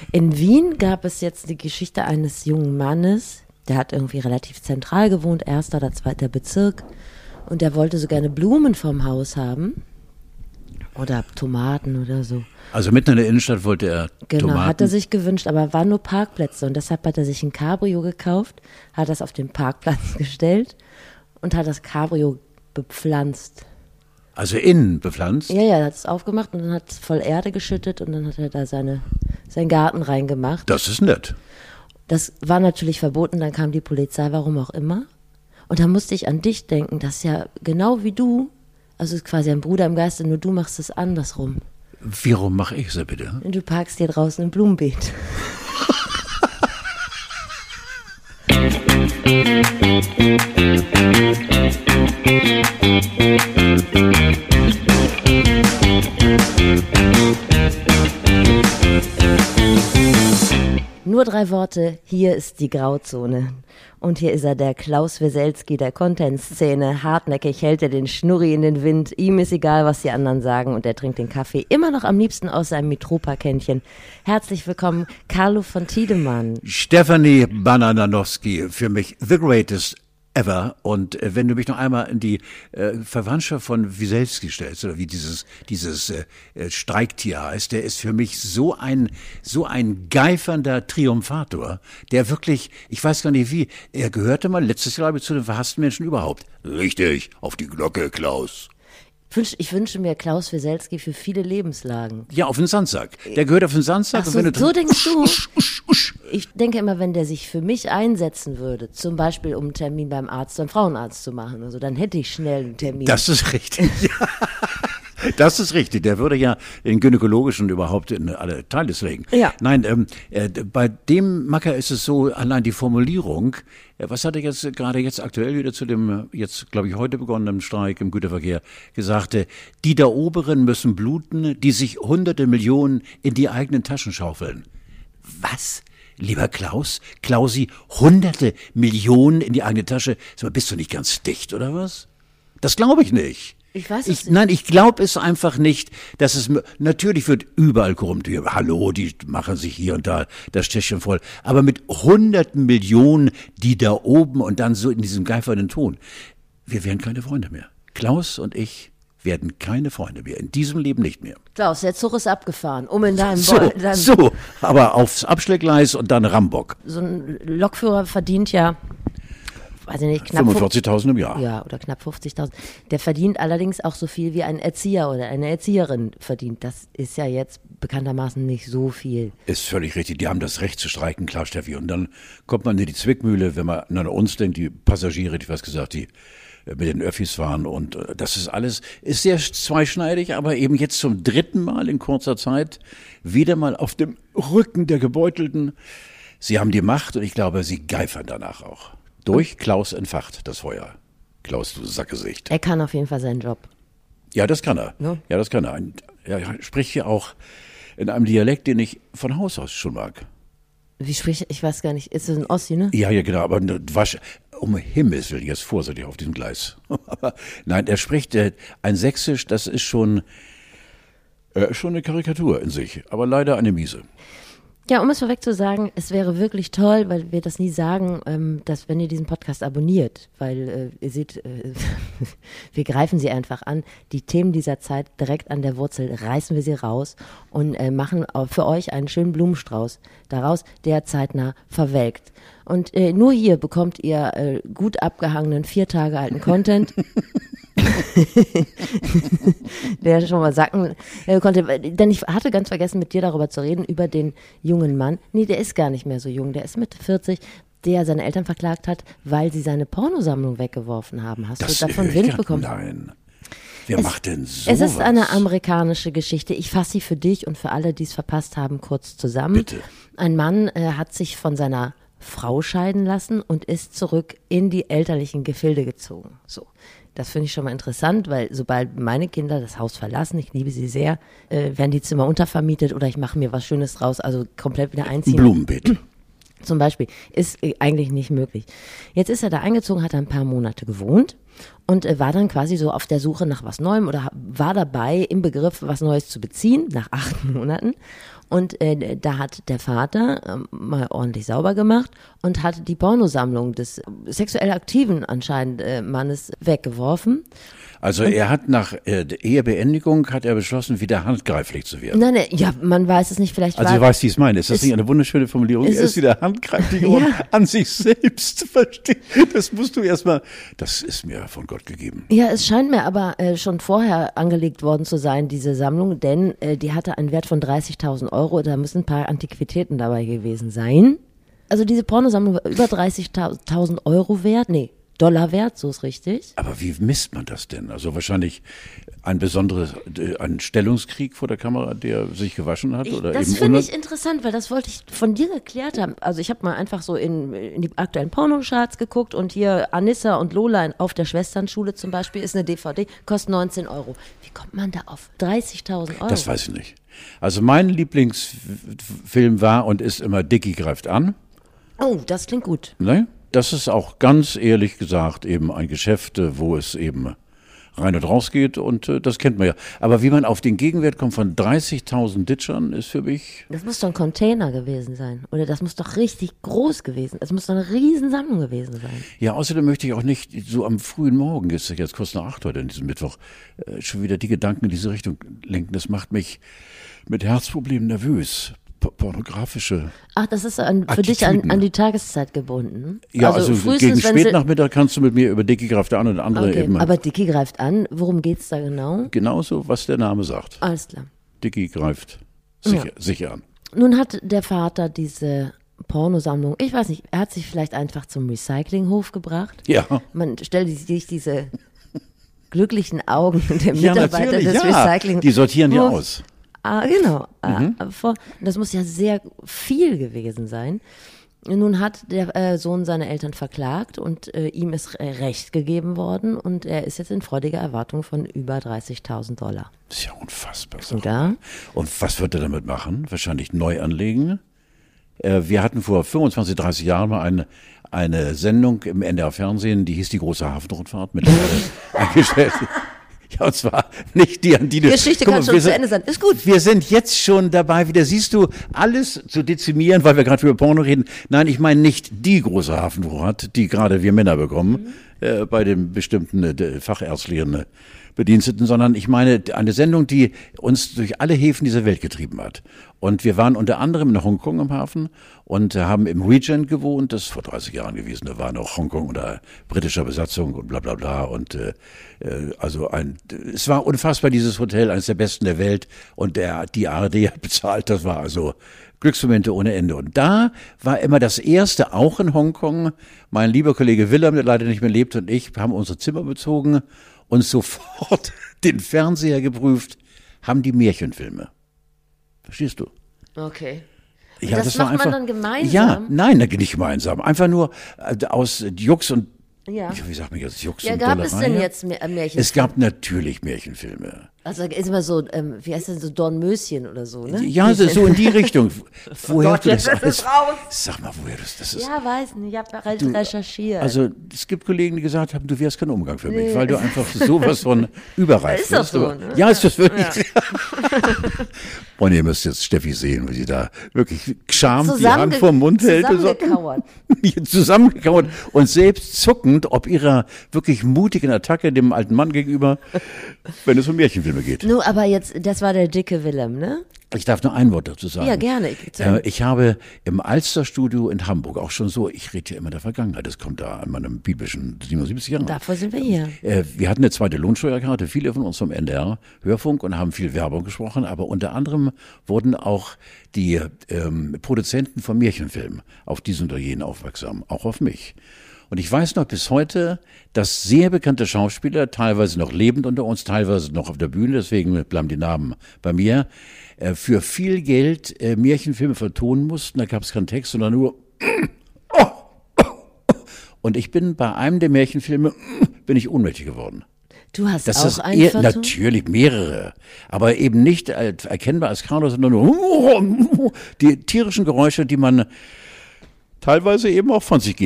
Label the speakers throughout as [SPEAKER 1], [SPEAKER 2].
[SPEAKER 1] In Wien gab es jetzt die Geschichte eines jungen Mannes, der hat irgendwie relativ zentral gewohnt, 1. oder 2. Bezirk. Und der wollte so gerne Blumen vom Haus haben. Oder Tomaten oder so.
[SPEAKER 2] Also mitten in der Innenstadt wollte er
[SPEAKER 1] Genau,
[SPEAKER 2] Tomaten.
[SPEAKER 1] hat er sich gewünscht, aber waren nur Parkplätze. Und deshalb hat er sich ein Cabrio gekauft, hat das auf den Parkplatz gestellt und hat das Cabrio bepflanzt.
[SPEAKER 2] Also innen bepflanzt?
[SPEAKER 1] Ja, er hat es aufgemacht und dann hat es voll Erde geschüttet und dann hat er da seinen Garten reingemacht.
[SPEAKER 2] Das ist nett.
[SPEAKER 1] Das war natürlich verboten, dann kam die Polizei, warum auch immer. Und da musste ich an dich denken, das ist ja genau wie du, also quasi ein Bruder im Geiste, nur du machst es andersrum.
[SPEAKER 2] Wie rum mache ich es bitte?
[SPEAKER 1] Und du parkst dir draußen ein Blumenbeet. Nur 3 Worte, hier ist die Grauzone. Und hier ist er, der Klaus Wieselski der Content-Szene. Hartnäckig hält er den Schnurri in den Wind. Ihm ist egal, was die anderen sagen. Und er trinkt den Kaffee immer noch am liebsten aus seinem Mitropa-Kännchen. Herzlich willkommen, Carlo von Tiedemann.
[SPEAKER 2] Stefanie Banananowski, für mich the greatest ever. Und wenn du mich noch einmal in die Verwandtschaft von Wieselski stellst, oder wie dieses Streiktier heißt, der ist für mich so ein geifernder Triumphator, der wirklich, ich weiß gar nicht wie, er gehörte mal letztes Jahr zu den verhassten Menschen überhaupt. Richtig, auf die Glocke, Klaus.
[SPEAKER 1] Ich wünsche mir Klaus Wieselski für viele Lebenslagen.
[SPEAKER 2] Ja, auf den Sandsack. Der gehört auf den Sandsack.
[SPEAKER 1] Ach so, so denkst du? Ich denke immer, wenn der sich für mich einsetzen würde, zum Beispiel um einen Termin beim Arzt, beim Frauenarzt zu machen, also dann hätte ich schnell einen Termin.
[SPEAKER 2] Das ist richtig, ja. Das ist richtig. Der würde ja in gynäkologischen überhaupt in alle Teile legen.
[SPEAKER 1] Ja.
[SPEAKER 2] Nein, bei dem Macker ist es so, allein die Formulierung, was hat er jetzt gerade aktuell wieder zu dem, jetzt glaube ich heute begonnenen Streik im Güterverkehr gesagt, die da Oberen müssen bluten, die sich hunderte Millionen in die eigenen Taschen schaufeln. Was? Lieber Klausi, hunderte Millionen in die eigene Tasche? Sag mal, bist du nicht ganz dicht, oder was? Das glaube ich nicht.
[SPEAKER 1] Ich weiß es nicht.
[SPEAKER 2] Nein, ich glaube es einfach nicht, dass es, natürlich wird überall korrumpiert. Hallo, die machen sich hier und da das Täschchen voll. Aber mit hunderten Millionen, die da oben und dann so in diesem geifernden Ton. Wir werden keine Freunde mehr. Klaus und ich werden keine Freunde mehr. In diesem Leben nicht mehr.
[SPEAKER 1] Klaus, der Zug ist abgefahren. In deinem
[SPEAKER 2] So, aber aufs Abschleggleis und dann Rambock.
[SPEAKER 1] So ein Lokführer verdient ja, weiß ich nicht, knapp
[SPEAKER 2] 45.000 im Jahr.
[SPEAKER 1] Ja, oder knapp 50.000. Der verdient allerdings auch so viel wie ein Erzieher oder eine Erzieherin verdient. Das ist ja jetzt bekanntermaßen nicht so viel.
[SPEAKER 2] Ist völlig richtig. Die haben das Recht zu streiken, klar, Steffi. Und dann kommt man in die Zwickmühle, wenn man an uns denkt, die Passagiere, die was gesagt, die mit den Öffis fahren. Und das ist alles, ist sehr zweischneidig, aber eben jetzt zum 3. Mal in kurzer Zeit wieder mal auf dem Rücken der Gebeutelten. Sie haben die Macht und ich glaube, sie geifern danach auch. Durch Klaus entfacht das Feuer. Klaus, du Sackgesicht.
[SPEAKER 1] Er kann auf jeden Fall seinen Job.
[SPEAKER 2] Ja, das kann er.
[SPEAKER 1] Ja.
[SPEAKER 2] Ja, das kann er. Er spricht hier auch in einem Dialekt, den ich von Haus aus schon mag.
[SPEAKER 1] Wie spricht, ich weiß gar nicht, ist es ein Ossi, ne?
[SPEAKER 2] Ja, genau, aber um Himmels Willen, jetzt vorsichtig auf diesem Gleis. Nein, er spricht ein Sächsisch, das ist schon eine Karikatur in sich, aber leider eine miese.
[SPEAKER 1] Ja, um es vorweg zu sagen, es wäre wirklich toll, weil wir das nie sagen, dass wenn ihr diesen Podcast abonniert, weil ihr seht, wir greifen sie einfach an, die Themen dieser Zeit direkt an der Wurzel, reißen wir sie raus und machen für euch einen schönen Blumenstrauß daraus, der zeitnah verwelkt. Und nur hier bekommt ihr gut abgehangenen 4 Tage alten Content. Der schon mal sacken konnte, denn ich hatte ganz vergessen, mit dir darüber zu reden, über den jungen Mann. Nee, der ist gar nicht mehr so jung, der ist Mitte 40, der seine Eltern verklagt hat, weil sie seine Pornosammlung weggeworfen haben. Hast du davon Wind bekommen?
[SPEAKER 2] Nein. Wer macht denn sowas?
[SPEAKER 1] Es ist eine amerikanische Geschichte. Ich fasse sie für dich und für alle, die es verpasst haben, kurz zusammen.
[SPEAKER 2] Bitte.
[SPEAKER 1] Ein Mann hat sich von seiner Frau scheiden lassen und ist zurück in die elterlichen Gefilde gezogen. So. Das finde ich schon mal interessant, weil sobald meine Kinder das Haus verlassen, ich liebe sie sehr, werden die Zimmer untervermietet oder ich mache mir was Schönes draus, also komplett wieder einziehen.
[SPEAKER 2] Blumenbeet.
[SPEAKER 1] Zum Beispiel, ist eigentlich nicht möglich. Jetzt ist er da eingezogen, hat ein paar Monate gewohnt und war dann quasi so auf der Suche nach was Neuem oder war dabei im Begriff, was Neues zu beziehen, nach 8 Monaten. Und da hat der Vater mal ordentlich sauber gemacht und hat die Pornosammlung des sexuell aktiven anscheinend Mannes weggeworfen.
[SPEAKER 2] Also er hat nach der Ehebeendigung hat er beschlossen, wieder handgreiflich zu werden.
[SPEAKER 1] Nein, ja, man weiß es nicht, vielleicht
[SPEAKER 2] Also du weißt, wie ich es meine. Ist das nicht eine wunderschöne Formulierung? Er ist wieder handgreiflich geworden an sich selbst. Versteh? Das musst du erstmal, das ist mir von Gott gegeben.
[SPEAKER 1] Ja, es scheint mir aber schon vorher angelegt worden zu sein, diese Sammlung, denn die hatte einen Wert von 30.000 Euro. Da müssen ein paar Antiquitäten dabei gewesen sein. Also diese Pornosammlung war über 30.000 Euro wert. Nee, Dollar wert, so ist richtig.
[SPEAKER 2] Aber wie misst man das denn? Also wahrscheinlich ein Stellungskrieg vor der Kamera, der sich gewaschen hat? Oder
[SPEAKER 1] das finde ich interessant, weil das wollte ich von dir geklärt haben. Also ich habe mal einfach so in die aktuellen Pornocharts geguckt und hier Anissa und Lola auf der Schwesternschule zum Beispiel ist eine DVD, kostet 19 Euro. Wie kommt man da auf 30.000 Euro?
[SPEAKER 2] Das weiß ich nicht. Also mein Lieblingsfilm war und ist immer Dickie greift an.
[SPEAKER 1] Oh, das klingt gut.
[SPEAKER 2] Ne? Das ist auch ganz ehrlich gesagt eben ein Geschäft, wo es eben rein und raus geht und das kennt man ja. Aber wie man auf den Gegenwert kommt von 30.000 Ditchern ist für mich...
[SPEAKER 1] Das muss doch ein Container gewesen sein. Oder das muss doch richtig groß gewesen sein. Das muss doch eine Riesensammlung gewesen sein.
[SPEAKER 2] Ja, außerdem möchte ich auch nicht so am frühen Morgen, jetzt kurz nach 8 heute, an diesem Mittwoch, schon wieder die Gedanken in diese Richtung lenken. Das macht mich mit Herzproblemen nervös. Pornografische.
[SPEAKER 1] Ach, das ist für dich an die Tageszeit gebunden?
[SPEAKER 2] Ja, also gegen Spätnachmittag kannst du mit mir über Dickie greift an und andere eben.
[SPEAKER 1] Aber Dickie greift an, worum geht's da genau?
[SPEAKER 2] Genauso, was der Name sagt.
[SPEAKER 1] Alles klar.
[SPEAKER 2] Dickie greift sicher an.
[SPEAKER 1] Nun hat der Vater diese Pornosammlung, ich weiß nicht, er hat sich vielleicht einfach zum Recyclinghof gebracht.
[SPEAKER 2] Ja.
[SPEAKER 1] Man stellt sich diese glücklichen Augen der Mitarbeiter des Recyclinghofs.
[SPEAKER 2] Die sortieren ja aus.
[SPEAKER 1] Genau. Das muss ja sehr viel gewesen sein. Nun hat der Sohn seine Eltern verklagt und ihm ist Recht gegeben worden und er ist jetzt in freudiger Erwartung von über 30.000 Dollar.
[SPEAKER 2] Das ist ja unfassbar.
[SPEAKER 1] Oder?
[SPEAKER 2] Und was wird er damit machen? Wahrscheinlich neu anlegen. Wir hatten vor 25, 30 Jahren mal eine Sendung im NDR-Fernsehen, die hieß die große Hafenrundfahrt mit eingestellt. Ja, und zwar nicht die, an die du...
[SPEAKER 1] Geschichte kann schon zu Ende sein. Ist gut.
[SPEAKER 2] Wir sind jetzt schon dabei, wieder siehst du, alles zu dezimieren, weil wir gerade über Porno reden. Nein, ich meine nicht die große Hafenrundfahrt, die gerade wir Männer bekommen, bei den bestimmten fachärztlichen Bediensteten, sondern ich meine eine Sendung, die uns durch alle Häfen dieser Welt getrieben hat. Und wir waren unter anderem in Hongkong am Hafen und haben im Regent gewohnt, das ist vor 30 Jahren gewesen, da war noch Hongkong unter britischer Besatzung und bla bla bla. Und es war unfassbar, dieses Hotel, eines der besten der Welt und die ARD hat bezahlt, das war also Glücksmomente ohne Ende. Und da war immer das erste, auch in Hongkong, mein lieber Kollege Willem, der leider nicht mehr lebt, und ich haben unsere Zimmer bezogen und sofort den Fernseher geprüft, haben die Märchenfilme. Verstehst du?
[SPEAKER 1] Okay.
[SPEAKER 2] Ja,
[SPEAKER 1] das macht man dann gemeinsam?
[SPEAKER 2] Ja, nein, nicht gemeinsam. Einfach nur aus Jux und,
[SPEAKER 1] ja.
[SPEAKER 2] Wie sagt man jetzt, Jux
[SPEAKER 1] und
[SPEAKER 2] Dollerei?
[SPEAKER 1] Ja, gab es denn jetzt Märchenfilme?
[SPEAKER 2] Es gab natürlich Märchenfilme.
[SPEAKER 1] Also ist immer so, wie heißt das, so Dornmöschen oder so, ne?
[SPEAKER 2] Ja, so in die Richtung. Woher
[SPEAKER 1] Gott, jetzt ist es raus.
[SPEAKER 2] Sag mal, woher das ist.
[SPEAKER 1] Ja, weiß nicht, ich habe recherchiert.
[SPEAKER 2] Also es gibt Kollegen, die gesagt haben, du wärst kein Umgang für mich, weil du einfach sowas von überreif bist.
[SPEAKER 1] Ist doch so, ne?
[SPEAKER 2] Ja, ist das wirklich. Ja. Und ihr müsst jetzt Steffi sehen, wie sie da wirklich geschämt die Hand vorm Mund hält. Zusammengekauert und selbst zuckend, ob ihrer wirklich mutigen Attacke dem alten Mann gegenüber, wenn es um Märchenfilme geht.
[SPEAKER 1] Nun, aber jetzt, das war der dicke Willem, ne?
[SPEAKER 2] Ich darf nur ein Wort dazu sagen.
[SPEAKER 1] Ja, gerne.
[SPEAKER 2] Ich habe im Alsterstudio in Hamburg auch schon so, ich rede ja immer der Vergangenheit, das kommt da an meinem biblischen 77 Jahren.
[SPEAKER 1] Dafür sind wir hier.
[SPEAKER 2] Wir hatten eine zweite Lohnsteuerkarte, viele von uns vom NDR Hörfunk und haben viel Werbung gesprochen, aber unter anderem wurden auch die Produzenten von Märchenfilmen auf diesen oder jenen aufmerksam, auch auf mich. Und ich weiß noch bis heute, dass sehr bekannte Schauspieler, teilweise noch lebend unter uns, teilweise noch auf der Bühne, deswegen bleiben die Namen bei mir, für viel Geld Märchenfilme vertonen mussten. Da gab es keinen Text, sondern nur und ich bin bei einem der Märchenfilme bin ich ohnmächtig geworden.
[SPEAKER 1] Du hast
[SPEAKER 2] das
[SPEAKER 1] auch einen vertont?
[SPEAKER 2] Natürlich mehrere, aber eben nicht erkennbar als Carlo, sondern nur die tierischen Geräusche, die man teilweise eben auch von sich geben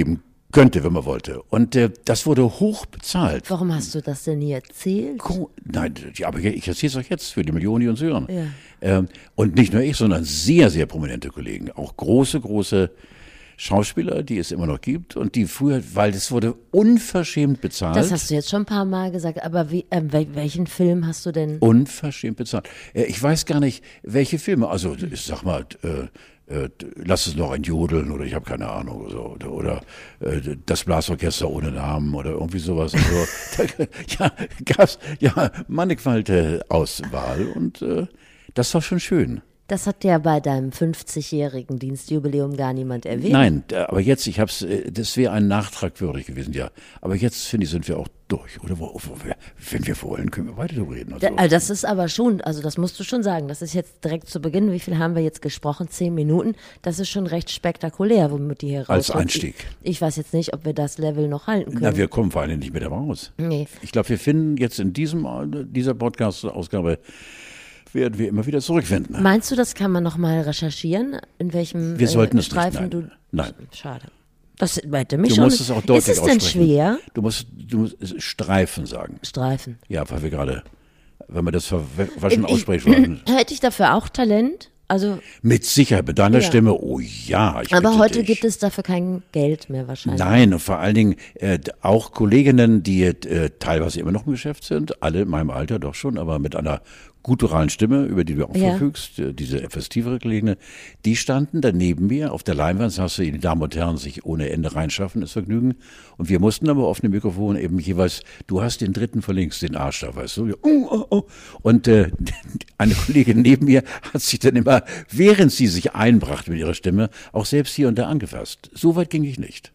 [SPEAKER 2] Könnte, wenn man wollte. Und das wurde hoch bezahlt.
[SPEAKER 1] Warum hast du das denn nie erzählt?
[SPEAKER 2] Nein, ja, aber ich erzähle es euch jetzt für die Millionen, die uns hören.
[SPEAKER 1] Ja.
[SPEAKER 2] Und nicht nur ich, sondern sehr, sehr prominente Kollegen. Auch große, große Schauspieler, die es immer noch gibt und die früher, weil das wurde unverschämt bezahlt.
[SPEAKER 1] Das hast du jetzt schon ein paar Mal gesagt, aber welchen Film hast du denn?
[SPEAKER 2] Unverschämt bezahlt. Ich weiß gar nicht, welche Filme, also ich sag mal, lass es noch ein Jodeln oder ich habe keine Ahnung oder das Blasorchester ohne Namen oder irgendwie sowas. Also, ja, gab's ja mannigfache Auswahl und das war schon schön.
[SPEAKER 1] Das hat ja bei deinem 50-jährigen Dienstjubiläum gar niemand erwähnt.
[SPEAKER 2] Nein, aber jetzt, das wäre ein Nachtrag würdig gewesen, ja. Aber jetzt, finde ich, sind wir auch durch. Oder wenn wir wollen, können wir weiter darüber reden. Also.
[SPEAKER 1] Das ist aber schon, also das musst du schon sagen, das ist jetzt direkt zu Beginn, wie viel haben wir jetzt gesprochen? 10 Minuten. Das ist schon recht spektakulär, womit die hier rauskommen.
[SPEAKER 2] Als Einstieg.
[SPEAKER 1] Ich weiß jetzt nicht, ob wir das Level noch halten können.
[SPEAKER 2] Na, wir kommen vor allem nicht mehr da raus.
[SPEAKER 1] Nee.
[SPEAKER 2] Ich glaube, wir finden jetzt in dieser Podcast-Ausgabe werden wir immer wieder zurückfinden.
[SPEAKER 1] Meinst du, das kann man noch mal recherchieren? In welchem
[SPEAKER 2] wir sollten es
[SPEAKER 1] Streifen
[SPEAKER 2] nicht, nein.
[SPEAKER 1] Schade. Das hätte mich
[SPEAKER 2] du
[SPEAKER 1] schon.
[SPEAKER 2] Musst es auch deutlich
[SPEAKER 1] ist es denn
[SPEAKER 2] aussprechen.
[SPEAKER 1] schwer?
[SPEAKER 2] Du musst Streifen sagen.
[SPEAKER 1] Streifen.
[SPEAKER 2] Ja, weil wir gerade, wenn man das falsch aussprechen.
[SPEAKER 1] Hätte ich dafür auch Talent? Also
[SPEAKER 2] mit Sicherheit, mit deiner Stimme, oh ja.
[SPEAKER 1] Aber heute gibt es dafür kein Geld mehr wahrscheinlich.
[SPEAKER 2] Nein, und vor allen Dingen auch Kolleginnen, die teilweise immer noch im Geschäft sind, alle in meinem Alter doch schon, aber mit einer gutturalen Stimme, über die du auch verfügst, diese etwas tiefere Kolleginnen, die standen da neben mir auf der Leinwand, sagst du, die Damen und Herren sich ohne Ende reinschaffen, das Vergnügen. Und wir mussten aber auf dem Mikrofon eben jeweils, du hast den dritten von links, den Arsch da, weißt du. Und eine Kollegin neben mir hat sich dann immer, während sie sich einbrachte mit ihrer Stimme, auch selbst hier und da angefasst. So weit ging ich nicht.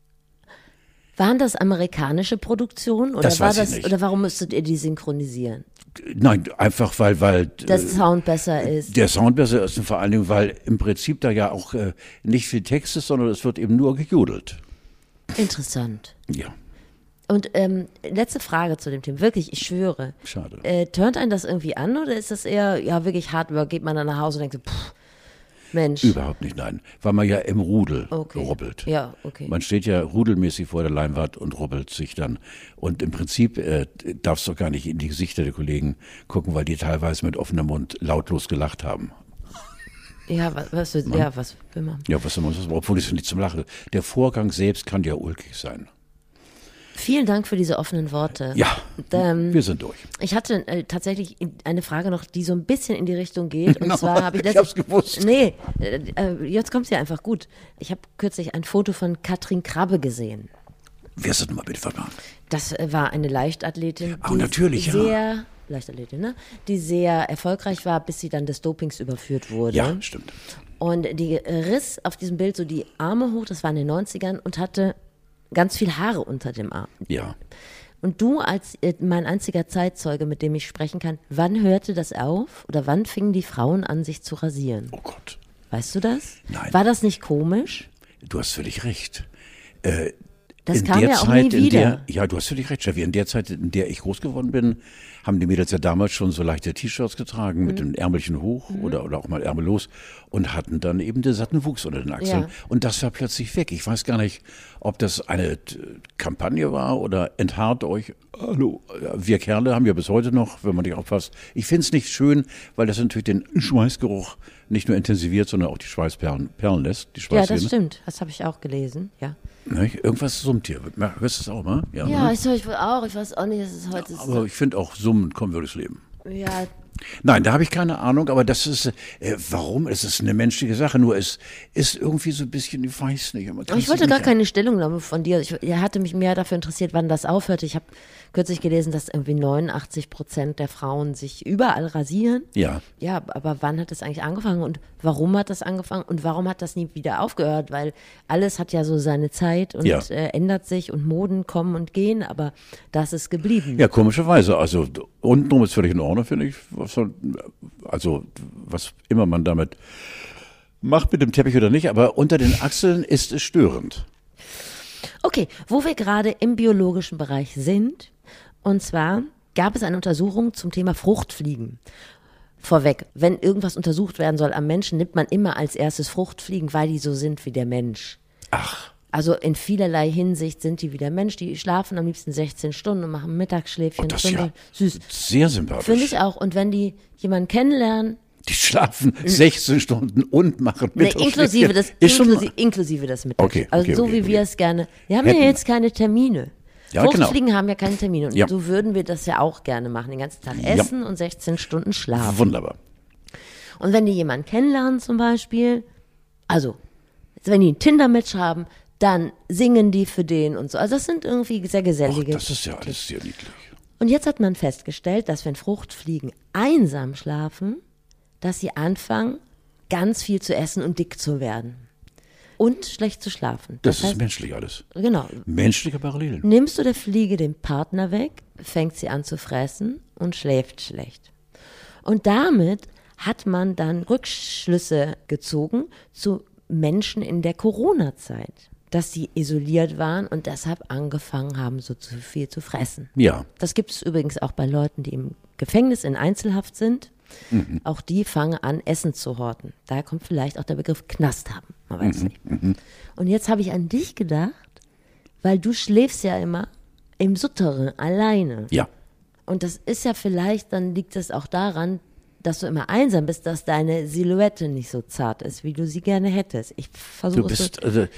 [SPEAKER 1] Waren das amerikanische Produktionen oder
[SPEAKER 2] das weiß ich nicht.
[SPEAKER 1] Oder warum müsstet ihr die synchronisieren?
[SPEAKER 2] Nein, einfach weil
[SPEAKER 1] der Sound besser ist.
[SPEAKER 2] Der Sound besser ist und vor allen Dingen, weil im Prinzip da ja auch nicht viel Text ist, sondern es wird eben nur gejodelt.
[SPEAKER 1] Interessant.
[SPEAKER 2] Ja.
[SPEAKER 1] Und letzte Frage zu dem Thema. Wirklich, ich schwöre.
[SPEAKER 2] Schade.
[SPEAKER 1] Turnt einen das irgendwie an oder ist das eher, ja, wirklich Hardwork, geht man dann nach Hause und denkt so, Mensch.
[SPEAKER 2] Überhaupt nicht, nein. Weil man ja im Rudel rubbelt.
[SPEAKER 1] Ja, okay.
[SPEAKER 2] Man steht ja rudelmäßig vor der Leinwand und rubbelt sich dann. Und im Prinzip darfst du gar nicht in die Gesichter der Kollegen gucken, weil die teilweise mit offenem Mund lautlos gelacht haben.
[SPEAKER 1] Ja, was will man?
[SPEAKER 2] Ja, was soll man, obwohl es nicht zum Lachen. Der Vorgang selbst kann ja ulkig sein.
[SPEAKER 1] Vielen Dank für diese offenen Worte.
[SPEAKER 2] Ja, wir sind durch.
[SPEAKER 1] Ich hatte tatsächlich eine Frage noch, die so ein bisschen in die Richtung geht. Und zwar habe
[SPEAKER 2] ich hab's gewusst.
[SPEAKER 1] Nee, jetzt kommt's ja einfach gut. Ich habe kürzlich ein Foto von Katrin Krabbe gesehen.
[SPEAKER 2] Wer ist das nochmal bitte? Warte mal.
[SPEAKER 1] Das war eine Leichtathletin, die
[SPEAKER 2] natürlich,
[SPEAKER 1] sehr Leichtathletin, ne? Die sehr erfolgreich war, bis sie dann des Dopings überführt wurde.
[SPEAKER 2] Ja, stimmt.
[SPEAKER 1] Und die riss auf diesem Bild so die Arme hoch, das war in den 90ern, und hatte ganz viel Haare unter dem Arm.
[SPEAKER 2] Ja.
[SPEAKER 1] Und du als mein einziger Zeitzeuge, mit dem ich sprechen kann, wann hörte das auf? Oder wann fingen die Frauen an, sich zu rasieren?
[SPEAKER 2] Oh Gott.
[SPEAKER 1] Weißt du das?
[SPEAKER 2] Nein.
[SPEAKER 1] War das nicht komisch?
[SPEAKER 2] Du hast völlig recht.
[SPEAKER 1] Das kam ja auch nie wieder.
[SPEAKER 2] Ja, du hast völlig recht, Steffi. In der Zeit, in der ich groß geworden bin, haben die Mädels ja damals schon so leichte T-Shirts getragen mit den Ärmelchen hoch oder auch mal ärmellos und hatten dann eben den satten Wuchs unter den Achseln.
[SPEAKER 1] Ja.
[SPEAKER 2] Und das war plötzlich weg. Ich weiß gar nicht, ob das eine Kampagne war oder enthaart euch. Hallo, wir Kerle haben ja bis heute noch, wenn man dich aufpasst. Ich finde es nicht schön, weil das natürlich den Schweißgeruch nicht nur intensiviert, sondern auch die Schweißperlen lässt. Die
[SPEAKER 1] Ja, das stimmt. Das habe ich auch gelesen, ja.
[SPEAKER 2] Irgendwas summt hier. Hörst du das auch mal?
[SPEAKER 1] Ja,
[SPEAKER 2] ne?
[SPEAKER 1] ich wohl auch. Ich weiß auch nicht, dass es heute ist.
[SPEAKER 2] Aber ich finde auch Summen kommen durchs Leben.
[SPEAKER 1] Ja.
[SPEAKER 2] Nein, da habe ich keine Ahnung, aber das ist, warum? Es ist eine menschliche Sache, nur es ist irgendwie so ein bisschen, ich weiß nicht.
[SPEAKER 1] Ich wollte gar keine Stellungnahme von dir. Er hatte mich mehr dafür interessiert, wann das aufhörte. Ich habe kürzlich gelesen, dass irgendwie 89% der Frauen sich überall rasieren.
[SPEAKER 2] Ja.
[SPEAKER 1] Ja, aber wann hat das eigentlich angefangen und warum hat das angefangen und warum hat das nie wieder aufgehört? Weil alles hat ja so seine Zeit und ändert sich und Moden kommen und gehen, aber das ist geblieben.
[SPEAKER 2] Ja, komischerweise. Also untenrum ist völlig in Ordnung, finde ich. Also was immer man damit macht, mit dem Teppich oder nicht, aber unter den Achseln ist es störend.
[SPEAKER 1] Okay, wo wir gerade im biologischen Bereich sind, und zwar gab es eine Untersuchung zum Thema Fruchtfliegen. Vorweg, wenn irgendwas untersucht werden soll am Menschen, nimmt man immer als erstes Fruchtfliegen, weil die so sind wie der Mensch.
[SPEAKER 2] Ach.
[SPEAKER 1] Also in vielerlei Hinsicht sind die wieder Mensch. Die schlafen am liebsten 16 Stunden und machen Mittagsschläfchen.
[SPEAKER 2] Das ist ja
[SPEAKER 1] süß.
[SPEAKER 2] sehr sympathisch.
[SPEAKER 1] Finde ich auch. Und wenn die jemanden kennenlernen,
[SPEAKER 2] Die schlafen 16 Stunden und machen Mittagsschläfchen.
[SPEAKER 1] inklusive das Mittagsschläfchen.
[SPEAKER 2] Okay,
[SPEAKER 1] also so wie wir es gerne. Wir haben ja jetzt keine Termine.
[SPEAKER 2] Ja,
[SPEAKER 1] Fruchtfliegen haben ja keine Termine. Und
[SPEAKER 2] Ja.
[SPEAKER 1] so würden wir das ja auch gerne machen. Den ganzen Tag essen und 16 Stunden schlafen.
[SPEAKER 2] Wunderbar.
[SPEAKER 1] Und wenn die jemanden kennenlernen zum Beispiel, also wenn die ein Tinder-Match haben, dann singen die für den und so. Also das sind irgendwie sehr
[SPEAKER 2] Ach,
[SPEAKER 1] gesellige.
[SPEAKER 2] das ist ja alles sehr niedlich.
[SPEAKER 1] Und jetzt hat man festgestellt, dass wenn Fruchtfliegen einsam schlafen, dass sie anfangen, ganz viel zu essen und dick zu werden. Und schlecht zu schlafen.
[SPEAKER 2] Das ist menschlich alles.
[SPEAKER 1] Genau.
[SPEAKER 2] Menschliche Parallelen.
[SPEAKER 1] Nimmst du der Fliege den Partner weg, fängt sie an zu fressen und schläft schlecht. Und damit hat man dann Rückschlüsse gezogen zu Menschen in der Corona-Zeit, dass sie isoliert waren und deshalb angefangen haben, so zu viel zu fressen.
[SPEAKER 2] Ja.
[SPEAKER 1] Das gibt es übrigens auch bei Leuten, die im Gefängnis in Einzelhaft sind. Auch die fangen an, Essen zu horten. Daher kommt vielleicht auch der Begriff Knast haben. Man weiß nicht. Und jetzt habe ich an dich gedacht, weil du schläfst ja immer im Souterrain alleine.
[SPEAKER 2] Ja.
[SPEAKER 1] Und das ist ja vielleicht, dann liegt es auch daran, dass du immer einsam bist, dass deine Silhouette nicht so zart ist, wie du sie gerne hättest. Ich versuche
[SPEAKER 2] Du bist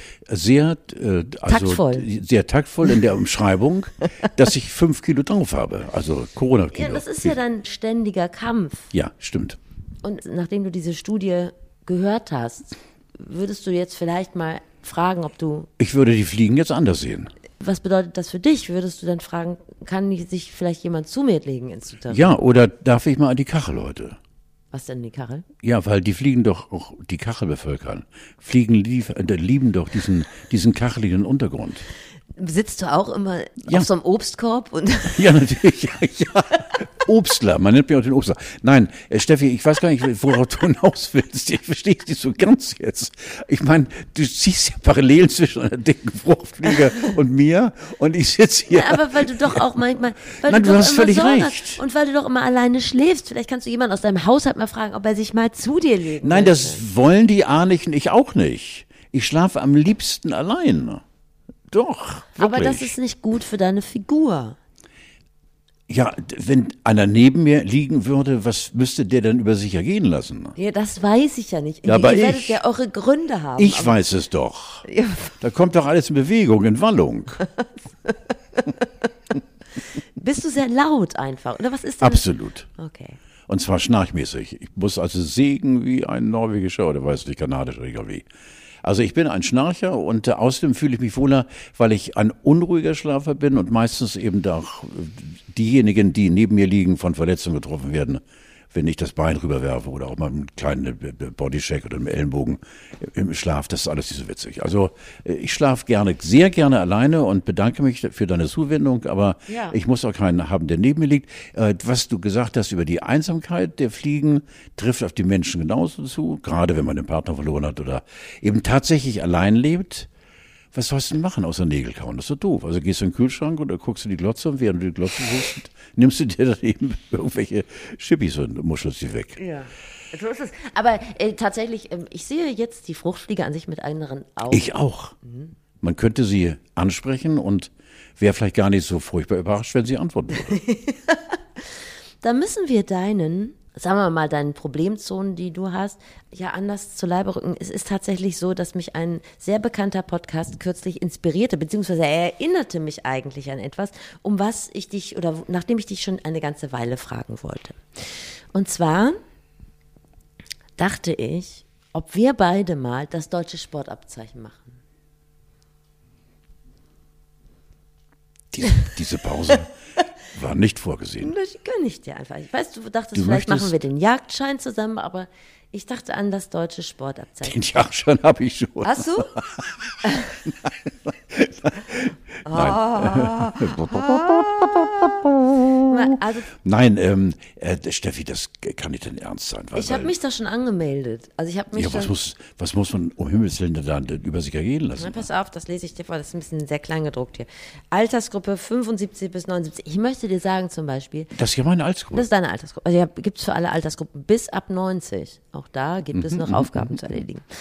[SPEAKER 2] sehr
[SPEAKER 1] Taktvoll.
[SPEAKER 2] sehr taktvoll in der Umschreibung, dass ich 5 Kilo drauf habe. Also Corona-Kilo.
[SPEAKER 1] Ja, das ist ja dein ständiger Kampf.
[SPEAKER 2] Ja, stimmt.
[SPEAKER 1] Und nachdem du diese Studie gehört hast, würdest du jetzt vielleicht mal fragen, ob du,
[SPEAKER 2] Ich würde die Fliegen jetzt anders sehen.
[SPEAKER 1] was bedeutet das für dich? Würdest du dann fragen, kann sich vielleicht jemand zu mir legen ins Souterrain?
[SPEAKER 2] Ja, oder darf ich mal an die Kachel heute?
[SPEAKER 1] Was denn, die Karre?
[SPEAKER 2] Ja, weil die Fliegen doch auch die Kachel bevölkern. Fliegen lieben doch diesen kacheligen Untergrund.
[SPEAKER 1] Sitzt du auch immer
[SPEAKER 2] Ja.
[SPEAKER 1] auf so einem Obstkorb? Und
[SPEAKER 2] Ja, natürlich. Ja. Obstler, man nennt mich auch den Obstler. Nein, Steffi, ich weiß gar nicht, worauf du hinaus willst. Ich verstehe es nicht so ganz jetzt. Ich meine, du ziehst ja Parallelen zwischen einer dicken Fruchtfliege und mir und ich sitze hier.
[SPEAKER 1] ja, aber weil du doch auch manchmal, weil
[SPEAKER 2] Nein, du
[SPEAKER 1] doch
[SPEAKER 2] hast
[SPEAKER 1] immer
[SPEAKER 2] völlig
[SPEAKER 1] Sorge
[SPEAKER 2] recht.
[SPEAKER 1] hast und weil du doch immer alleine schläfst. Vielleicht kannst du jemanden aus deinem Haushalt mal fragen, ob er sich mal zu dir legen
[SPEAKER 2] Nein,
[SPEAKER 1] möchte.
[SPEAKER 2] das wollen die Arnichen, ich auch nicht. Ich schlafe am liebsten allein. Doch, wirklich.
[SPEAKER 1] Aber das ist nicht gut für deine Figur.
[SPEAKER 2] Ja, wenn einer neben mir liegen würde, was müsste der denn über sich ergehen lassen?
[SPEAKER 1] Ja, das weiß ich ja nicht.
[SPEAKER 2] Ja, aber
[SPEAKER 1] Ihr werdet
[SPEAKER 2] ich-
[SPEAKER 1] ja eure Gründe haben.
[SPEAKER 2] Ich
[SPEAKER 1] aber-
[SPEAKER 2] weiß es doch.
[SPEAKER 1] Ja,
[SPEAKER 2] Da kommt doch alles in Bewegung, in Wallung.
[SPEAKER 1] bist du sehr laut einfach? Oder was ist denn?
[SPEAKER 2] Absolut.
[SPEAKER 1] Okay.
[SPEAKER 2] Und zwar schnarchmäßig. Ich muss also sägen wie ein norwegischer oder weiß nicht, kanadischer oder wie. Also ich bin ein Schnarcher und außerdem fühle ich mich wohler, weil ich ein unruhiger Schlafer bin und meistens eben auch diejenigen, die neben mir liegen, von Verletzungen getroffen werden, wenn ich das Bein rüberwerfe oder auch mal einen kleinen Bodycheck oder einen Ellenbogen im Schlaf. Das ist alles nicht so witzig. Also ich schlafe gerne, sehr gerne alleine und bedanke mich für deine Zuwendung, aber
[SPEAKER 1] Ja.
[SPEAKER 2] ich muss auch keinen haben, der neben mir liegt. Was du gesagt hast über die Einsamkeit der Fliegen, trifft auf die Menschen genauso zu, gerade wenn man den Partner verloren hat oder eben tatsächlich allein lebt. Was sollst du denn machen außer Nägel kauen? Das ist so doof. Also gehst du in den Kühlschrank oder guckst du die Glotze und während du die Glotze guckst, nimmst du dir dann eben irgendwelche Schippis und muschelst sie weg.
[SPEAKER 1] Ja. So ist es. Aber tatsächlich, ich sehe jetzt die Fruchtfliege an sich mit anderen Augen.
[SPEAKER 2] Ich auch. Man könnte sie ansprechen und wäre vielleicht gar nicht so furchtbar überrascht, wenn sie antworten würde.
[SPEAKER 1] Da müssen wir sagen wir mal, deinen Problemzonen, die du hast, ja anders zu Leibe rücken. Es ist tatsächlich so, dass mich ein sehr bekannter Podcast kürzlich inspirierte, beziehungsweise er erinnerte mich eigentlich an etwas, um was ich dich, oder nachdem ich dich schon eine ganze Weile fragen wollte. Und zwar dachte ich, ob wir beide mal das deutsche Sportabzeichen machen.
[SPEAKER 2] Diese Pause war nicht vorgesehen.
[SPEAKER 1] Das gönne ich dir einfach. Ich weiß, du dachtest,
[SPEAKER 2] Du
[SPEAKER 1] vielleicht
[SPEAKER 2] möchtest-
[SPEAKER 1] machen wir den Jagdschein zusammen, aber ich dachte an das deutsche Sportabzeichen.
[SPEAKER 2] Den Jagdschein habe ich schon.
[SPEAKER 1] Hast du? Also,
[SPEAKER 2] Nein, Steffi, das kann nicht dein Ernst sein.
[SPEAKER 1] ich habe mich da schon angemeldet. Also ich habe mich
[SPEAKER 2] Ja,
[SPEAKER 1] schon.
[SPEAKER 2] was muss man um Himmels Willen da über sich ergehen lassen?
[SPEAKER 1] Na, pass auf, das lese ich dir vor, das ist ein bisschen sehr klein gedruckt hier. Altersgruppe 75 bis 79. Ich möchte dir sagen zum Beispiel,
[SPEAKER 2] Das ist ja meine Altersgruppe.
[SPEAKER 1] das ist deine Altersgruppe. Also ja, gibt es für alle Altersgruppen bis ab 90. Auch da gibt es noch Aufgaben zu erledigen.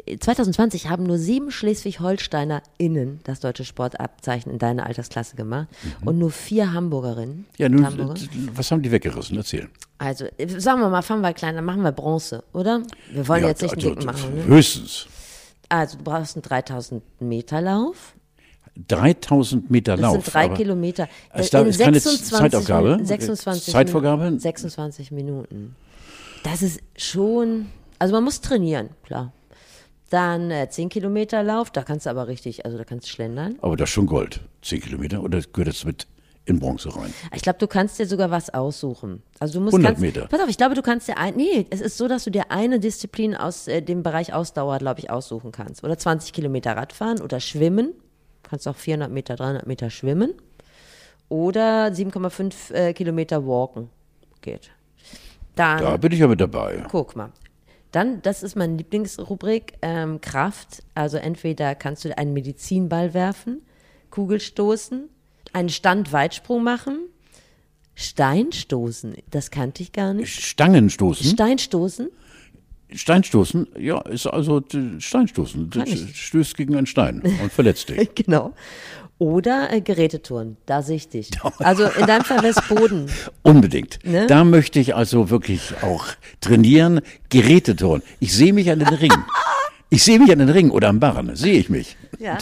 [SPEAKER 1] 2020 haben nur 7 Schleswig-Holsteiner*innen das deutsche Sportabzeichen in deiner Altersklasse gemacht und nur 4 Hamburgerinnen.
[SPEAKER 2] Ja, nun,
[SPEAKER 1] Hamburger.
[SPEAKER 2] was haben die weggerissen? Erzähl.
[SPEAKER 1] Also, sagen wir mal, fangen wir klein, dann machen wir Bronze, oder? Wir wollen jetzt nicht einen dicken machen. Ne?
[SPEAKER 2] Höchstens.
[SPEAKER 1] Also, du brauchst einen 3000-Meter-Lauf.
[SPEAKER 2] 3000 Meter Lauf.
[SPEAKER 1] Das sind 3 Kilometer.
[SPEAKER 2] Ist keine Zeitaufgabe?
[SPEAKER 1] 26
[SPEAKER 2] Zeitvorgabe?
[SPEAKER 1] 26 Minuten. Das ist schon, also man muss trainieren, klar. Dann 10 Kilometer Lauf, da kannst du aber richtig, also da kannst du schlendern.
[SPEAKER 2] Aber das ist schon Gold. 10 Kilometer oder gehört das mit in Bronze rein?
[SPEAKER 1] Ich glaube, du kannst dir sogar was aussuchen. Also du musst
[SPEAKER 2] 100 Meter.
[SPEAKER 1] Pass auf, ich glaube, du kannst dir es ist so, dass du dir eine Disziplin aus dem Bereich Ausdauer, glaube ich, aussuchen kannst. Oder 20 Kilometer Radfahren oder Schwimmen. Du kannst auch 400 Meter, 300 Meter schwimmen. Oder 7,5 Kilometer walken. Geht. Dann,
[SPEAKER 2] Da bin ich ja mit dabei.
[SPEAKER 1] guck mal. Dann, das ist meine Lieblingsrubrik, Kraft. Also entweder kannst du einen Medizinball werfen, Kugelstoßen, einen Standweitsprung machen, Steinstoßen, das kannte ich gar nicht.
[SPEAKER 2] Stangenstoßen?
[SPEAKER 1] Steinstoßen,
[SPEAKER 2] Steinstoßen, ja, ist also Steinstoßen. Du stößt gegen einen Stein und verletzt dich.
[SPEAKER 1] genau. Oder Geräteturnen, da sehe ich dich. Also in deinem Fall wäre es Boden.
[SPEAKER 2] Unbedingt.
[SPEAKER 1] Ne?
[SPEAKER 2] Da möchte ich also wirklich auch trainieren, Geräteturnen. Ich sehe mich an den Ring. Ich sehe mich an den Ring oder am Barren, sehe ich mich.
[SPEAKER 1] Ja.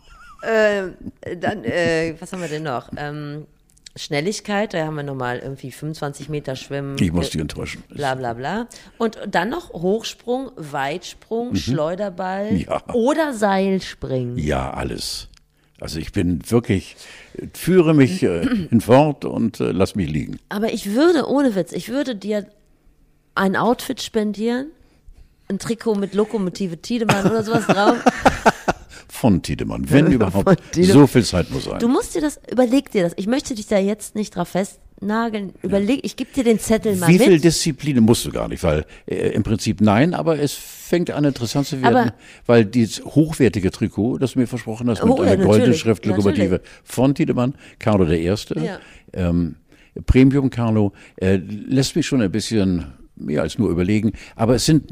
[SPEAKER 1] Dann, was haben wir denn noch? Schnelligkeit, da haben wir nochmal irgendwie 25 Meter Schwimmen.
[SPEAKER 2] Ich muss dich enttäuschen.
[SPEAKER 1] Bla bla bla. Und dann noch Hochsprung, Weitsprung, Schleuderball
[SPEAKER 2] Ja.
[SPEAKER 1] oder Seilspringen.
[SPEAKER 2] Ja, alles. Also ich bin wirklich, führe mich hinfort und lass mich liegen.
[SPEAKER 1] Aber ich würde, ohne Witz, ich würde dir ein Outfit spendieren, ein Trikot mit Lokomotive Tiedemann oder sowas drauf.
[SPEAKER 2] Von Tiedemann, wenn überhaupt.
[SPEAKER 1] Von Tiedemann.
[SPEAKER 2] So viel Zeit muss sein.
[SPEAKER 1] Du musst dir das, überleg dir das. Ich möchte dich da jetzt nicht drauf festnageln. Ich gebe dir den Zettel mal
[SPEAKER 2] Wie viel
[SPEAKER 1] mit.
[SPEAKER 2] Disziplinen musst du gar nicht, weil im Prinzip nein, aber es fängt an interessant zu werden,
[SPEAKER 1] Aber-
[SPEAKER 2] weil dieses hochwertige Trikot, das du mir versprochen hast, mit
[SPEAKER 1] Oh, ja,
[SPEAKER 2] einer goldenen
[SPEAKER 1] natürlich,
[SPEAKER 2] Schrift Lokomotive
[SPEAKER 1] natürlich.
[SPEAKER 2] von Tiedemann, Carlo der Erste,
[SPEAKER 1] Ja.
[SPEAKER 2] Premium Carlo, lässt mich schon ein bisschen mehr als nur überlegen, aber es sind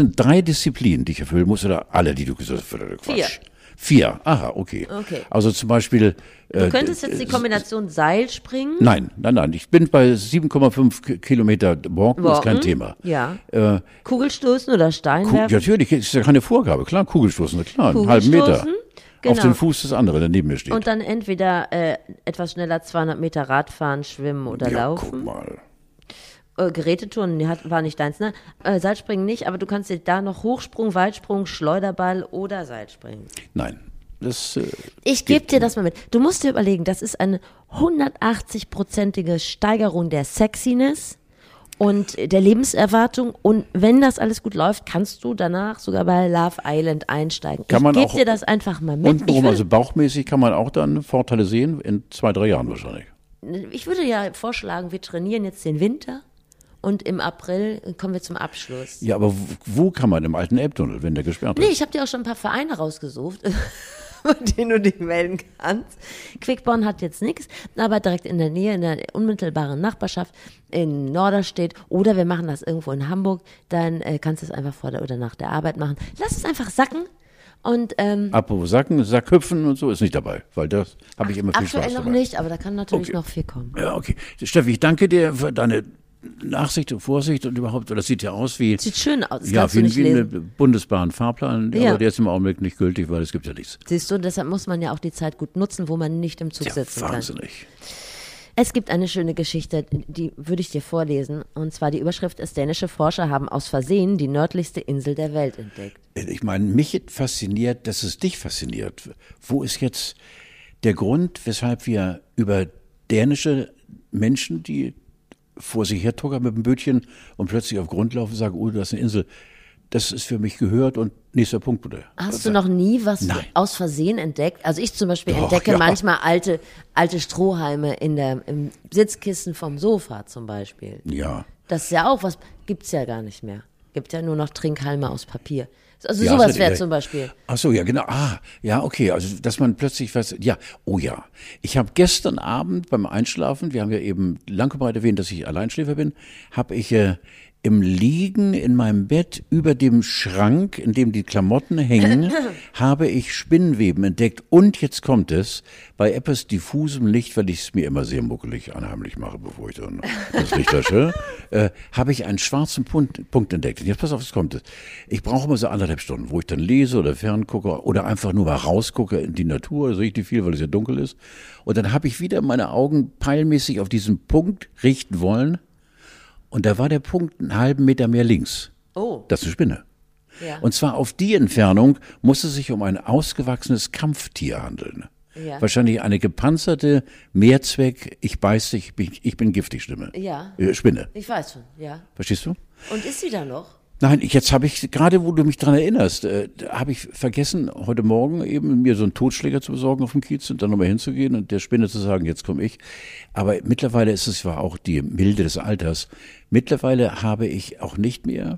[SPEAKER 2] 3 Disziplinen, die ich erfüllen muss, oder alle, die du gesagt hast, Quatsch. 4, aha, okay.
[SPEAKER 1] Okay.
[SPEAKER 2] Also zum Beispiel.
[SPEAKER 1] Du könntest jetzt die Kombination Seilspringen.
[SPEAKER 2] Nein. Ich bin bei 7,5 Kilometer Walken, ist kein Thema.
[SPEAKER 1] Ja. Kugelstoßen oder Steinwerfen.
[SPEAKER 2] Natürlich, ist ja keine Vorgabe. Klar, Kugelstoßen, klar, einen halben Meter.
[SPEAKER 1] Kugelstoßen, genau.
[SPEAKER 2] Auf den Fuß des anderen, der neben mir steht.
[SPEAKER 1] Und dann entweder etwas schneller 200 Meter Radfahren, Schwimmen oder
[SPEAKER 2] ja,
[SPEAKER 1] Laufen.
[SPEAKER 2] guck mal.
[SPEAKER 1] Geräteturnen war nicht deins, ne? Seilspringen nicht, aber du kannst dir da noch Hochsprung, Weitsprung, Schleuderball oder Seilspringen.
[SPEAKER 2] Nein, das
[SPEAKER 1] Ich gebe dir das mal mit. Du musst dir überlegen, das ist eine 180-prozentige Steigerung der Sexiness und der Lebenserwartung. Und wenn das alles gut läuft, kannst du danach sogar bei Love Island einsteigen.
[SPEAKER 2] Kann man
[SPEAKER 1] Ich gebe
[SPEAKER 2] auch
[SPEAKER 1] dir das einfach mal mit.
[SPEAKER 2] untenrum, also bauchmäßig kann man auch dann Vorteile sehen, in 2, 3 Jahren wahrscheinlich.
[SPEAKER 1] Ich würde ja vorschlagen, wir trainieren jetzt den Winter und im April kommen wir zum Abschluss.
[SPEAKER 2] Ja, aber wo kann man im alten Elbtunnel, wenn der gesperrt
[SPEAKER 1] Nee,
[SPEAKER 2] ist?
[SPEAKER 1] ich habe dir auch schon ein paar Vereine rausgesucht, bei denen du dich melden kannst. Quickborn hat jetzt nichts, aber direkt in der Nähe, in der unmittelbaren Nachbarschaft in Norderstedt oder wir machen das irgendwo in Hamburg, dann kannst du es einfach vor der oder nach der Arbeit machen. Lass es einfach sacken und
[SPEAKER 2] Apropos Sackhüpfen und so ist nicht dabei, weil das habe ich immer viel
[SPEAKER 1] aktuell
[SPEAKER 2] Spaß
[SPEAKER 1] noch
[SPEAKER 2] dabei.
[SPEAKER 1] nicht, aber da kann natürlich
[SPEAKER 2] Okay.
[SPEAKER 1] noch viel kommen.
[SPEAKER 2] Ja, okay. Steffi, ich danke dir für deine Nachsicht und Vorsicht und überhaupt, das sieht ja aus wie,
[SPEAKER 1] Sieht schön aus, das
[SPEAKER 2] ja,
[SPEAKER 1] kannst du
[SPEAKER 2] wie
[SPEAKER 1] nicht lesen.
[SPEAKER 2] ein Bundesbahn-Fahrplan,
[SPEAKER 1] Ja.
[SPEAKER 2] aber der ist im Augenblick nicht gültig, weil es gibt ja nichts.
[SPEAKER 1] Siehst du, deshalb muss man ja auch die Zeit gut nutzen, wo man nicht im Zug
[SPEAKER 2] Ja,
[SPEAKER 1] sitzen kann.
[SPEAKER 2] wahnsinnig.
[SPEAKER 1] Es gibt eine schöne Geschichte, die würde ich dir vorlesen. Und zwar die Überschrift ist, dänische Forscher haben aus Versehen die nördlichste Insel der Welt entdeckt.
[SPEAKER 2] Ich meine, mich fasziniert, dass es dich fasziniert. Wo ist jetzt der Grund, weshalb wir über dänische Menschen, die vor sich hertuckern mit dem Bötchen und plötzlich auf Grund laufen und sagen, oh, das ist eine Insel, das ist für mich gehört und nächster Punkt, bitte.
[SPEAKER 1] Hast du noch nie was
[SPEAKER 2] Nein.
[SPEAKER 1] aus Versehen entdeckt? Also ich zum Beispiel
[SPEAKER 2] Doch,
[SPEAKER 1] entdecke
[SPEAKER 2] ja.
[SPEAKER 1] manchmal alte Strohhalme im Sitzkissen vom Sofa zum Beispiel.
[SPEAKER 2] Ja.
[SPEAKER 1] Das ist ja auch was, gibt's ja gar nicht mehr. Gibt ja nur noch Trinkhalme aus Papier. Also
[SPEAKER 2] Ja,
[SPEAKER 1] sowas
[SPEAKER 2] so-
[SPEAKER 1] wäre
[SPEAKER 2] ja.
[SPEAKER 1] zum Beispiel.
[SPEAKER 2] Ach so, ja, genau. Ja, okay. Also, dass man plötzlich was, ja, oh ja. Ich habe gestern Abend beim Einschlafen, wir haben ja eben lang und breit erwähnt, dass ich Alleinschläfer bin, habe ich im Liegen in meinem Bett über dem Schrank, in dem die Klamotten hängen, habe ich Spinnenweben entdeckt. Und jetzt kommt es, bei etwas diffusem Licht, weil ich es mir immer sehr muckelig anheimlich mache, bevor ich dann das Licht lösche, habe ich einen schwarzen Punkt entdeckt. Und jetzt pass auf, was kommt es. Ich brauche immer so 1,5 Stunden, wo ich dann lese oder ferngucke oder einfach nur mal rausgucke in die Natur, sehe ich nicht viel, weil es ja dunkel ist. Und dann habe ich wieder meine Augen peilmäßig auf diesen Punkt richten wollen. Und da war der Punkt einen halben Meter mehr links.
[SPEAKER 1] Oh.
[SPEAKER 2] Das ist eine Spinne.
[SPEAKER 1] Ja.
[SPEAKER 2] Und zwar auf die Entfernung muss es sich um ein ausgewachsenes Kampftier handeln.
[SPEAKER 1] Ja.
[SPEAKER 2] Wahrscheinlich eine gepanzerte Mehrzweck, ich beiß dich, ich bin giftig Stimme.
[SPEAKER 1] Ja.
[SPEAKER 2] Spinne.
[SPEAKER 1] Ich weiß schon, ja.
[SPEAKER 2] Verstehst du?
[SPEAKER 1] Und ist sie da noch?
[SPEAKER 2] Nein, jetzt habe ich, gerade wo du mich dran erinnerst, habe ich vergessen, heute Morgen eben mir so einen Totschläger zu besorgen auf dem Kiez und dann nochmal hinzugehen und der Spinne zu sagen, jetzt komme ich. Aber mittlerweile ist es ja auch die Milde des Alters. Mittlerweile habe ich auch nicht mehr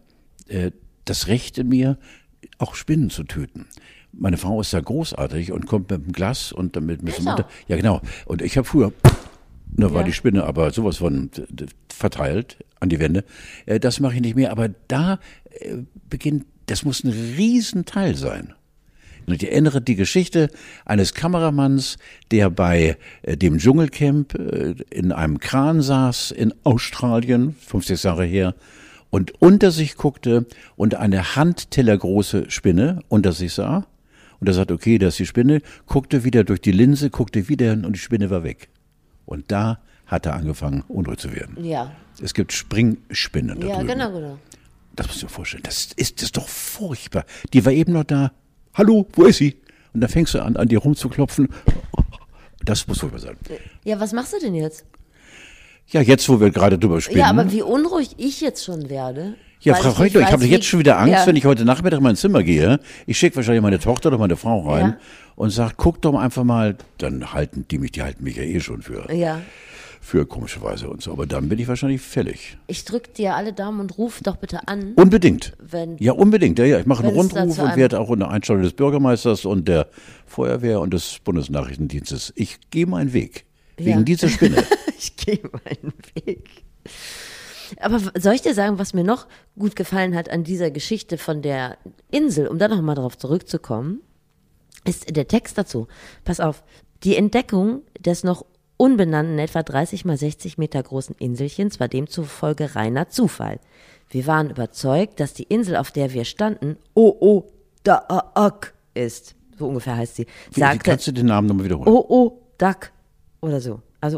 [SPEAKER 2] das Recht in mir, auch Spinnen zu töten. Meine Frau ist da großartig und kommt mit dem Glas und damit mit dem Mutter. Ja, genau. Und ich habe früher, da war die Spinne aber sowas von verteilt an die Wände. Das mache ich nicht mehr. Aber da beginnt, das muss ein Riesenteil sein. Und ich erinnere die Geschichte eines Kameramanns, der bei dem Dschungelcamp in einem Kran saß in Australien, 50 Jahre her, und unter sich guckte und eine handtellergroße Spinne unter sich sah. Und er sagt, okay, das ist die Spinne, guckte wieder durch die Linse, guckte wieder hin und die Spinne war weg. Und da hat er angefangen, unruhig zu werden.
[SPEAKER 1] Ja.
[SPEAKER 2] Es gibt Springspinnen da drüben.
[SPEAKER 1] Ja, genau.
[SPEAKER 2] Das musst du dir vorstellen. Das ist doch furchtbar. Die war eben noch da. Hallo, wo ist sie? Und dann fängst du an dir rumzuklopfen. Das muss furchtbar sein.
[SPEAKER 1] Ja, was machst du denn jetzt?
[SPEAKER 2] Ja, jetzt, wo wir gerade drüber spinnen.
[SPEAKER 1] Ja, aber wie unruhig ich jetzt schon werde.
[SPEAKER 2] Ja, Frau Reuter, ich habe jetzt schon wieder Angst,
[SPEAKER 1] ja.
[SPEAKER 2] wenn ich heute Nachmittag in mein Zimmer gehe. Ich schicke wahrscheinlich meine Tochter oder meine Frau rein und sage, guck doch einfach mal. Dann halten die mich ja eh schon für komischerweise und so. Aber dann bin ich wahrscheinlich fällig.
[SPEAKER 1] Ich drück dir alle Daumen und ruf doch bitte an.
[SPEAKER 2] Unbedingt.
[SPEAKER 1] Wenn,
[SPEAKER 2] ja, unbedingt. Ja, ich mache einen Rundruf und
[SPEAKER 1] einem
[SPEAKER 2] werde auch eine Einstellung des Bürgermeisters und der Feuerwehr und des Bundesnachrichtendienstes. Ich gehe meinen Weg. Wegen dieser Spinne.
[SPEAKER 1] Ich gehe meinen Weg. Aber soll ich dir sagen, was mir noch gut gefallen hat an dieser Geschichte von der Insel, um da nochmal drauf zurückzukommen, ist der Text dazu. Pass auf, die Entdeckung des noch unbenannten, etwa 30 mal 60 Meter großen Inselchens war demzufolge reiner Zufall. Wir waren überzeugt, dass die Insel, auf der wir standen, Oodaaq ist. So ungefähr heißt sie.
[SPEAKER 2] Kannst du den Namen nochmal wiederholen?
[SPEAKER 1] Oodaaq oder so. Also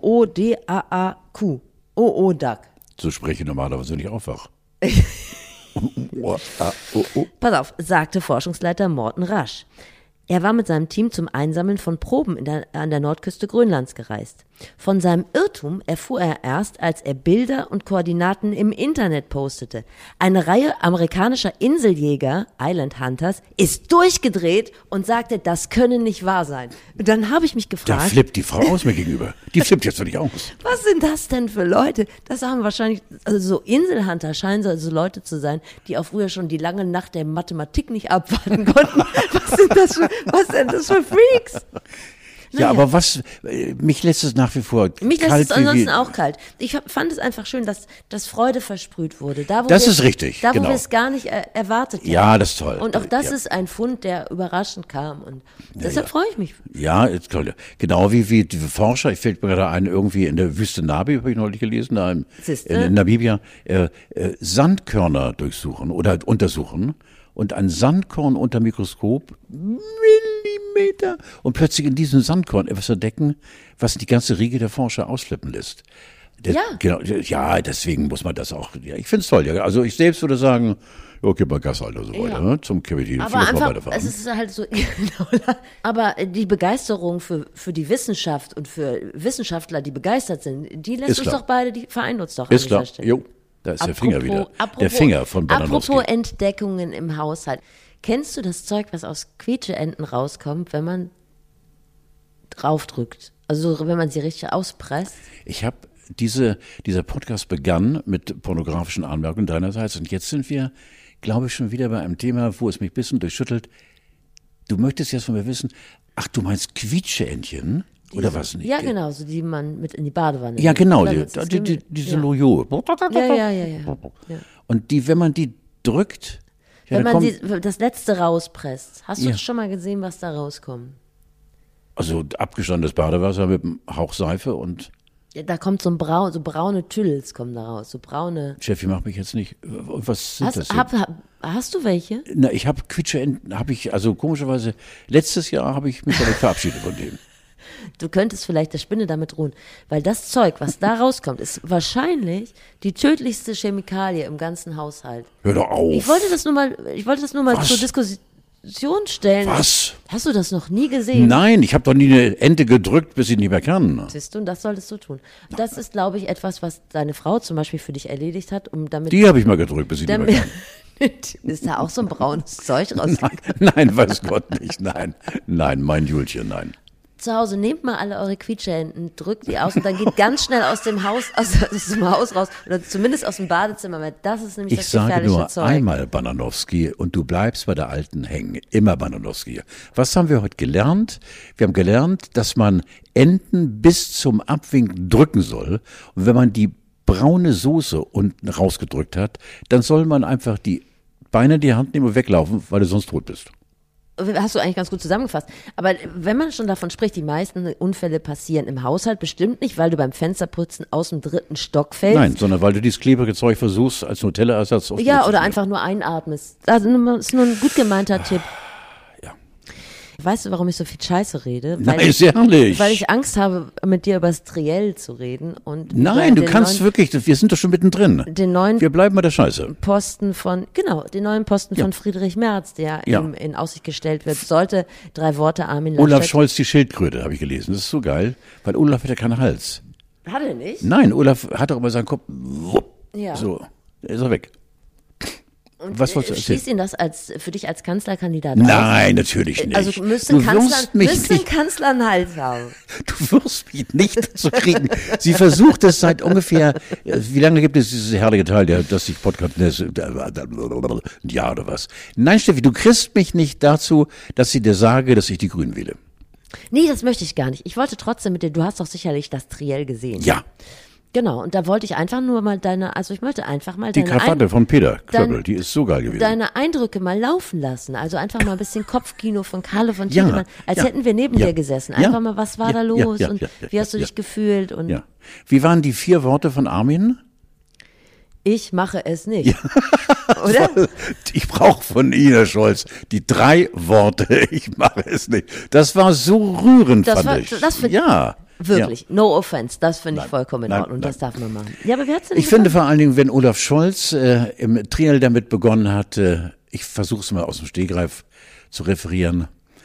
[SPEAKER 1] Oodaaq. Oodaaq.
[SPEAKER 2] So spreche ich normalerweise nicht aufwach.
[SPEAKER 1] Pass auf, sagte Forschungsleiter Morten Rasch. Er war mit seinem Team zum Einsammeln von Proben an der Nordküste Grönlands gereist. Von seinem Irrtum erfuhr er erst, als er Bilder und Koordinaten im Internet postete. Eine Reihe amerikanischer Inseljäger, Island Hunters, ist durchgedreht und sagte, das könne nicht wahr sein. Dann habe ich mich gefragt.
[SPEAKER 2] Da flippt die Frau aus mir gegenüber. Die flippt jetzt völlig aus.
[SPEAKER 1] Was sind das denn für Leute? Das haben wahrscheinlich, also so Inselhunter scheinen so Leute zu sein, die auch früher schon die lange Nacht der Mathematik nicht abwarten konnten. Was sind das für Freaks?
[SPEAKER 2] Ja, aber mich lässt es nach wie vor
[SPEAKER 1] mich
[SPEAKER 2] kalt.
[SPEAKER 1] Mich lässt es ansonsten auch kalt. Ich fand es einfach schön, dass Freude versprüht wurde.
[SPEAKER 2] Das ist richtig,
[SPEAKER 1] da, wo wir es gar nicht erwartet haben.
[SPEAKER 2] Ja, das ist toll.
[SPEAKER 1] Und auch das ist ein Fund, der überraschend kam. Und deshalb freue ich mich.
[SPEAKER 2] Ja, ist toll. Genau wie die Forscher, ich fällt mir gerade ein, irgendwie in der Wüste Nabi, habe ich neulich gelesen, da in Namibia, Sandkörner durchsuchen oder untersuchen. Und ein Sandkorn unter Mikroskop, Millimeter, und plötzlich in diesem Sandkorn etwas entdecken, was die ganze Riege der Forscher ausflippen lässt. Genau, ja, deswegen muss man das auch, ja, ich finde es toll. Ja. Also ich selbst würde sagen, ja, gib mal Gas, Alter, so weiter, ne? Zum Kapitän.
[SPEAKER 1] Aber einfach, es ist halt so, aber die Begeisterung für die Wissenschaft und für Wissenschaftler, die begeistert sind, die lässt uns doch beide, die vereint uns doch an dieser Stelle. Jo.
[SPEAKER 2] Da ist der Finger wieder. Der Finger von Bananowski.
[SPEAKER 1] Apropos Entdeckungen im Haushalt. Kennst du das Zeug, was aus Quietscheenten rauskommt, wenn man draufdrückt? Also wenn man sie richtig auspresst?
[SPEAKER 2] Ich habe dieser Podcast begann mit pornografischen Anmerkungen deinerseits und jetzt sind wir, glaube ich, schon wieder bei einem Thema, wo es mich ein bisschen durchschüttelt. Du möchtest jetzt von mir wissen, ach, du meinst Quietscheentchen? Oder was nicht?
[SPEAKER 1] Ja, genau, so die man mit in die Badewanne
[SPEAKER 2] Ja,
[SPEAKER 1] nimmt.
[SPEAKER 2] genau,
[SPEAKER 1] Oder
[SPEAKER 2] diese Loyo.
[SPEAKER 1] Ja.
[SPEAKER 2] Und wenn man die drückt,
[SPEAKER 1] Wenn
[SPEAKER 2] dann
[SPEAKER 1] man das letzte rauspresst, hast du
[SPEAKER 2] Ja.
[SPEAKER 1] schon mal gesehen, was da rauskommt?
[SPEAKER 2] also abgestandenes Badewasser mit einem Hauch Seife und
[SPEAKER 1] Ja, da kommt so braune Tüdels kommen da raus, so braune.
[SPEAKER 2] Cheffi, mach mich jetzt nicht. Was sind das hier?
[SPEAKER 1] Hast du welche?
[SPEAKER 2] Na, ich habe Quietscheenten, also komischerweise, letztes Jahr habe ich mich damit verabschiedet von dem.
[SPEAKER 1] Du könntest vielleicht der Spinne damit ruhen, weil das Zeug, was da rauskommt, ist wahrscheinlich die tödlichste Chemikalie im ganzen Haushalt.
[SPEAKER 2] Hör doch auf.
[SPEAKER 1] Ich wollte das nur mal
[SPEAKER 2] Was?
[SPEAKER 1] zur Diskussion stellen.
[SPEAKER 2] Was?
[SPEAKER 1] Hast du das noch nie gesehen?
[SPEAKER 2] Nein, ich habe doch nie eine Ente gedrückt, bis ich nicht mehr kann.
[SPEAKER 1] Siehst du, und das solltest du tun. Das ist, glaube ich, etwas, was deine Frau zum Beispiel für dich erledigt hat, um damit.
[SPEAKER 2] Die habe ich mal gedrückt, bis ich nicht mehr kann.
[SPEAKER 1] Ist da auch so ein braunes Zeug rausgekommen?
[SPEAKER 2] Nein, weiß Gott nicht. Nein, mein Julchen, nein.
[SPEAKER 1] Zu Hause nehmt mal alle eure Quietschehänden, drückt die aus und dann geht ganz schnell aus dem Haus raus oder zumindest aus dem Badezimmer, weil das ist nämlich
[SPEAKER 2] Ich
[SPEAKER 1] das
[SPEAKER 2] sage
[SPEAKER 1] gefährliche
[SPEAKER 2] nur
[SPEAKER 1] Zeug.
[SPEAKER 2] einmal Bananowski und du bleibst bei der alten hängen. Immer Bananowski. Was haben wir heute gelernt? Wir haben gelernt, dass man Enten bis zum Abwinken drücken soll. Und wenn man die braune Soße unten rausgedrückt hat, dann soll man einfach die Beine in die Hand nehmen und weglaufen, weil du sonst tot bist.
[SPEAKER 1] Hast du eigentlich ganz gut zusammengefasst. Aber wenn man schon davon spricht, die meisten Unfälle passieren im Haushalt, bestimmt nicht, weil du beim Fensterputzen aus dem 3. Stock fällst.
[SPEAKER 2] Nein, sondern weil du dieses klebrige Zeug versuchst, als Nutella-Ersatz
[SPEAKER 1] Ja, oder einfach nur einatmest. Das ist nur ein gut gemeinter Tipp.
[SPEAKER 2] Ja.
[SPEAKER 1] Weißt du, warum ich so viel Scheiße rede?
[SPEAKER 2] Nein, ist ehrlich.
[SPEAKER 1] Weil ich Angst habe, mit dir über das Triell zu reden. Und
[SPEAKER 2] Nein,
[SPEAKER 1] über
[SPEAKER 2] du kannst wirklich, wir sind doch schon mittendrin.
[SPEAKER 1] den neuen
[SPEAKER 2] Wir bleiben bei der Scheiße.
[SPEAKER 1] Posten von Friedrich Merz, der
[SPEAKER 2] Ja.
[SPEAKER 1] ihm in Aussicht gestellt wird, sollte 3 Worte Armin
[SPEAKER 2] Olaf
[SPEAKER 1] Laschet.
[SPEAKER 2] Scholz, die Schildkröte, habe ich gelesen. Das ist so geil, weil Olaf hat ja keinen Hals.
[SPEAKER 1] Hat er nicht?
[SPEAKER 2] Nein, Olaf hat doch immer seinen Kopf, wupp,
[SPEAKER 1] Ja.
[SPEAKER 2] so, da ist er weg.
[SPEAKER 1] Und
[SPEAKER 2] Was wolltest du erzählen?
[SPEAKER 1] schließt ihn das für dich als Kanzlerkandidat
[SPEAKER 2] Nein, natürlich
[SPEAKER 1] aus?
[SPEAKER 2] nicht.
[SPEAKER 1] Also müsste
[SPEAKER 2] du
[SPEAKER 1] ein
[SPEAKER 2] wirst mich
[SPEAKER 1] ein
[SPEAKER 2] nicht,
[SPEAKER 1] Kanzler einen Hals haben.
[SPEAKER 2] du wirst mich nicht dazu kriegen. Sie versucht es seit ungefähr, wie lange gibt es dieses herrliche Teil, das sich Podcast nennt, ein Jahr oder was. Nein, Steffi, du kriegst mich nicht dazu, dass ich dir sage, dass ich die Grünen wähle.
[SPEAKER 1] Nee, das möchte ich gar nicht. Ich wollte trotzdem mit dir, du hast doch sicherlich das Triell gesehen.
[SPEAKER 2] Ja,
[SPEAKER 1] Genau, und da wollte ich einfach nur mal ich möchte einfach mal
[SPEAKER 2] die Krawatte von Peter Klöppel, die ist so geil gewesen.
[SPEAKER 1] deine Eindrücke mal laufen lassen. Also einfach mal ein bisschen Kopfkino von Carlo von
[SPEAKER 2] Ja,
[SPEAKER 1] Tiedemann, als
[SPEAKER 2] ja,
[SPEAKER 1] hätten wir neben
[SPEAKER 2] ja,
[SPEAKER 1] dir gesessen.
[SPEAKER 2] ja,
[SPEAKER 1] Einfach mal, was war
[SPEAKER 2] ja,
[SPEAKER 1] da
[SPEAKER 2] ja,
[SPEAKER 1] los
[SPEAKER 2] ja,
[SPEAKER 1] und
[SPEAKER 2] ja,
[SPEAKER 1] wie hast du dich gefühlt? Und
[SPEAKER 2] Ja. Wie waren die 4 Worte von Armin?
[SPEAKER 1] ich mache es nicht. Oder?
[SPEAKER 2] Ich brauche von Ihnen, Herr Scholz, die 3 Worte, ich mache es nicht. Das war so rührend, fand ich. Ja.
[SPEAKER 1] Wirklich, no offense, das finde ich
[SPEAKER 2] Nein,
[SPEAKER 1] vollkommen in
[SPEAKER 2] nein,
[SPEAKER 1] Ordnung,
[SPEAKER 2] nein.
[SPEAKER 1] das darf man machen. Ja, aber wer hat's denn nicht
[SPEAKER 2] Ich finde
[SPEAKER 1] gesagt?
[SPEAKER 2] vor allen Dingen, wenn Olaf Scholz im Triell damit begonnen hat, ich versuche es mal aus dem Stegreif zu referieren,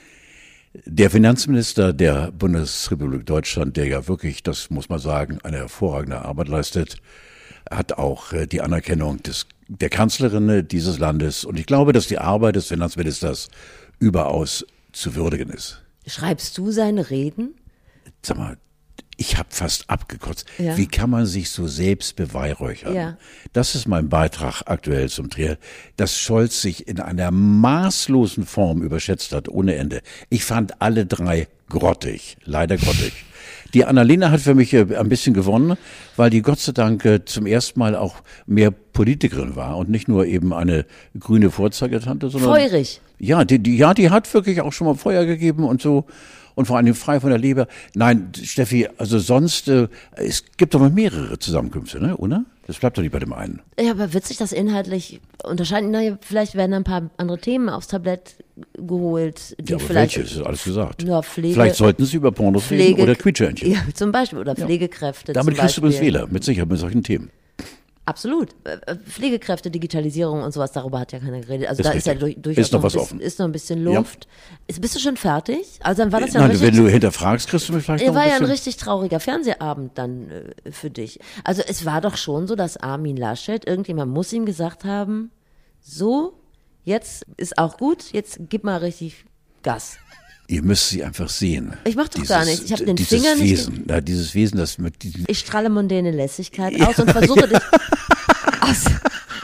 [SPEAKER 2] der Finanzminister der Bundesrepublik Deutschland, der ja wirklich, das muss man sagen, eine hervorragende Arbeit leistet, hat auch die Anerkennung der Kanzlerin dieses Landes. Und ich glaube, dass die Arbeit des Finanzministers überaus zu würdigen ist.
[SPEAKER 1] Schreibst du seine Reden?
[SPEAKER 2] Sag mal, ich habe fast abgekotzt.
[SPEAKER 1] Ja.
[SPEAKER 2] Wie kann man sich so selbst beweihräuchern?
[SPEAKER 1] Ja.
[SPEAKER 2] Das ist mein Beitrag aktuell zum Triell, dass Scholz sich in einer maßlosen Form überschätzt hat, ohne Ende. Ich fand alle 3 grottig, leider grottig. Die Annalena hat für mich ein bisschen gewonnen, weil die Gott sei Dank zum ersten Mal auch mehr Politikerin war und nicht nur eben eine grüne Vorzeigetante, sondern
[SPEAKER 1] Feurig.
[SPEAKER 2] ja, die hat wirklich auch schon mal Feuer gegeben und so. Und vor allem frei von der Leber. Nein, Steffi, also sonst, es gibt doch noch mehrere Zusammenkünfte, ne, oder? Das bleibt doch nicht bei dem einen.
[SPEAKER 1] Ja, aber wird sich das inhaltlich unterscheiden? Naja, vielleicht werden ein paar andere Themen aufs Tablett geholt, die
[SPEAKER 2] Ja, aber
[SPEAKER 1] vielleicht.
[SPEAKER 2] welche, ist alles gesagt.
[SPEAKER 1] Ja, Pflege.
[SPEAKER 2] Vielleicht sollten Sie über Pornos reden oder Quietscheentchen.
[SPEAKER 1] Ja, zum Beispiel. Oder Pflegekräfte.
[SPEAKER 2] Damit
[SPEAKER 1] zum
[SPEAKER 2] kriegst du übrigens
[SPEAKER 1] Beispiel.
[SPEAKER 2] Wähler, mit Sicherheit, mit solchen Themen.
[SPEAKER 1] Absolut. Pflegekräfte, Digitalisierung und sowas, darüber hat ja keiner geredet. Also
[SPEAKER 2] Ist
[SPEAKER 1] da ist ja
[SPEAKER 2] richtig.
[SPEAKER 1] durchaus
[SPEAKER 2] Ist noch was
[SPEAKER 1] ein
[SPEAKER 2] offen.
[SPEAKER 1] bisschen, ist noch ein bisschen Luft. Bist du schon fertig? Also dann war das ja
[SPEAKER 2] Nein,
[SPEAKER 1] richtig.
[SPEAKER 2] wenn du hinterfragst, kriegst du mich vielleicht noch
[SPEAKER 1] War
[SPEAKER 2] ein
[SPEAKER 1] ja ein
[SPEAKER 2] bisschen.
[SPEAKER 1] richtig trauriger Fernsehabend dann für dich. Also es war doch schon so, dass Armin Laschet, irgendjemand muss ihm gesagt haben, so, jetzt ist auch gut, jetzt gib mal richtig Gas.
[SPEAKER 2] Ihr müsst sie einfach sehen.
[SPEAKER 1] Ich mach doch gar nichts. Ich hab den Finger nicht
[SPEAKER 2] Wesen, na, dieses Wesen, das mit diesen
[SPEAKER 1] Ich strahle mondäne Lässigkeit aus und versuche dich aus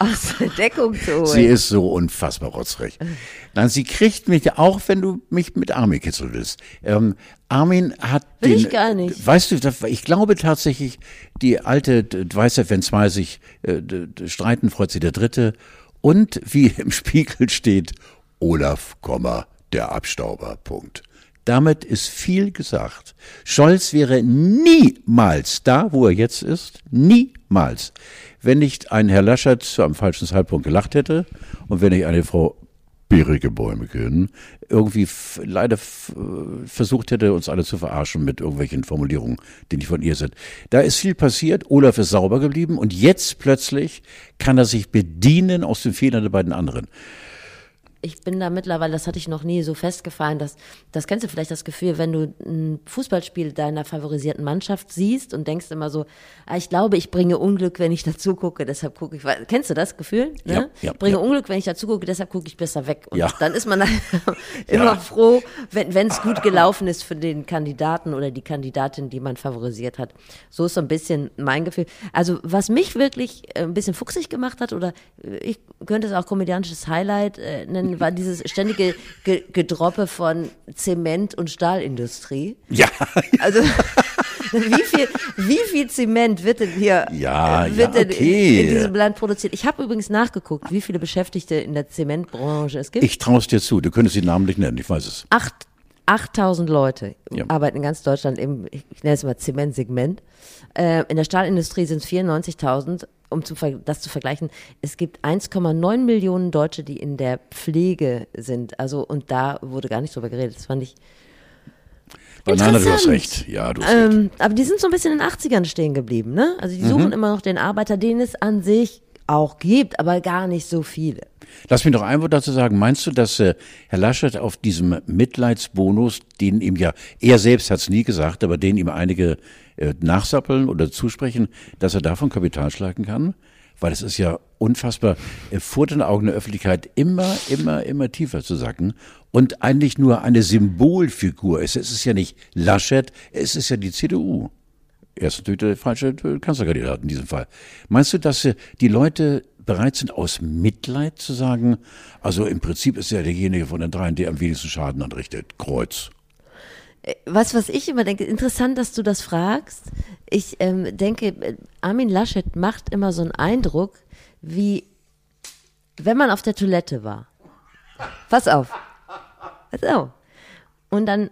[SPEAKER 1] Deckung zu holen.
[SPEAKER 2] Sie ist so unfassbar rotzfrech. Nein, sie kriegt mich auch, wenn du mich mit Armin kitzeln willst. Armin hat
[SPEAKER 1] Will ich gar nicht.
[SPEAKER 2] Weißt du, ich glaube tatsächlich, die alte, du weißt ja, wenn zwei sich streiten, freut sich der Dritte. Und wie im Spiegel steht, Olaf, der Abstauber, Punkt. Damit ist viel gesagt. Scholz wäre niemals da, wo er jetzt ist, niemals, wenn nicht ein Herr Laschet zu einem falschen Zeitpunkt gelacht hätte und wenn nicht eine Frau bärige Bäume können, irgendwie leider versucht hätte, uns alle zu verarschen mit irgendwelchen Formulierungen, die nicht von ihr sind. Da ist viel passiert, Olaf ist sauber geblieben und jetzt plötzlich kann er sich bedienen aus den Fehlern der beiden anderen.
[SPEAKER 1] Ich bin da mittlerweile, das hatte ich noch nie so festgefahren, das kennst du vielleicht das Gefühl, wenn du ein Fußballspiel deiner favorisierten Mannschaft siehst und denkst immer so, ich glaube, ich bringe Unglück, wenn ich dazu gucke, deshalb gucke ich, kennst du das Gefühl? Ne?
[SPEAKER 2] Ja,
[SPEAKER 1] ich bringe Unglück, wenn ich dazu gucke, deshalb gucke ich besser weg. Und
[SPEAKER 2] ja.
[SPEAKER 1] Dann ist man immer froh, wenn es gut gelaufen ist für den Kandidaten oder die Kandidatin, die man favorisiert hat. So ist so ein bisschen mein Gefühl. Also was mich wirklich ein bisschen fuchsig gemacht hat, oder ich könnte es auch komödiantisches Highlight nennen, war dieses ständige Gedroppe von Zement- und Stahlindustrie.
[SPEAKER 2] Ja.
[SPEAKER 1] Also wie viel Zement wird denn hier in diesem Land produziert? Ich habe übrigens nachgeguckt, wie viele Beschäftigte in der Zementbranche es gibt.
[SPEAKER 2] Ich traue es dir zu, du könntest sie namentlich nennen, ich weiß es.
[SPEAKER 1] 8.000 Leute arbeiten in ganz Deutschland im, ich nenne es mal Zementsegment. In der Stahlindustrie sind es 94.000. Um das zu vergleichen, es gibt 1,9 Millionen Deutsche, die in der Pflege sind. Also, und da wurde gar nicht drüber geredet. Das fand ich
[SPEAKER 2] Banane, du hast recht. Ja, du hast recht.
[SPEAKER 1] Aber die sind so ein bisschen in den 80ern stehen geblieben, ne? Also die suchen immer noch den Arbeiter, den es an sich auch gibt, aber gar nicht so viele.
[SPEAKER 2] Lass mich noch ein Wort dazu sagen. Meinst du, dass Herr Laschet auf diesem Mitleidsbonus, den ihm ja, er selbst hat es nie gesagt, aber den ihm einige nachsappeln oder zusprechen, dass er davon Kapital schlagen kann? Weil es ist ja unfassbar, vor den Augen der Öffentlichkeit immer tiefer zu sacken und eigentlich nur eine Symbolfigur ist. Es ist ja nicht Laschet, es ist ja die CDU. Er ist natürlich der falsche Kanzlerkandidat in diesem Fall. Meinst du, dass die Leute bereit sind, aus Mitleid zu sagen, also im Prinzip ist er derjenige von den dreien, der am wenigsten Schaden anrichtet, Kreuz?
[SPEAKER 1] Was ich immer denke, interessant, dass du das fragst. Ich denke, Armin Laschet macht immer so einen Eindruck, wie wenn man auf der Toilette war. Pass auf. Und dann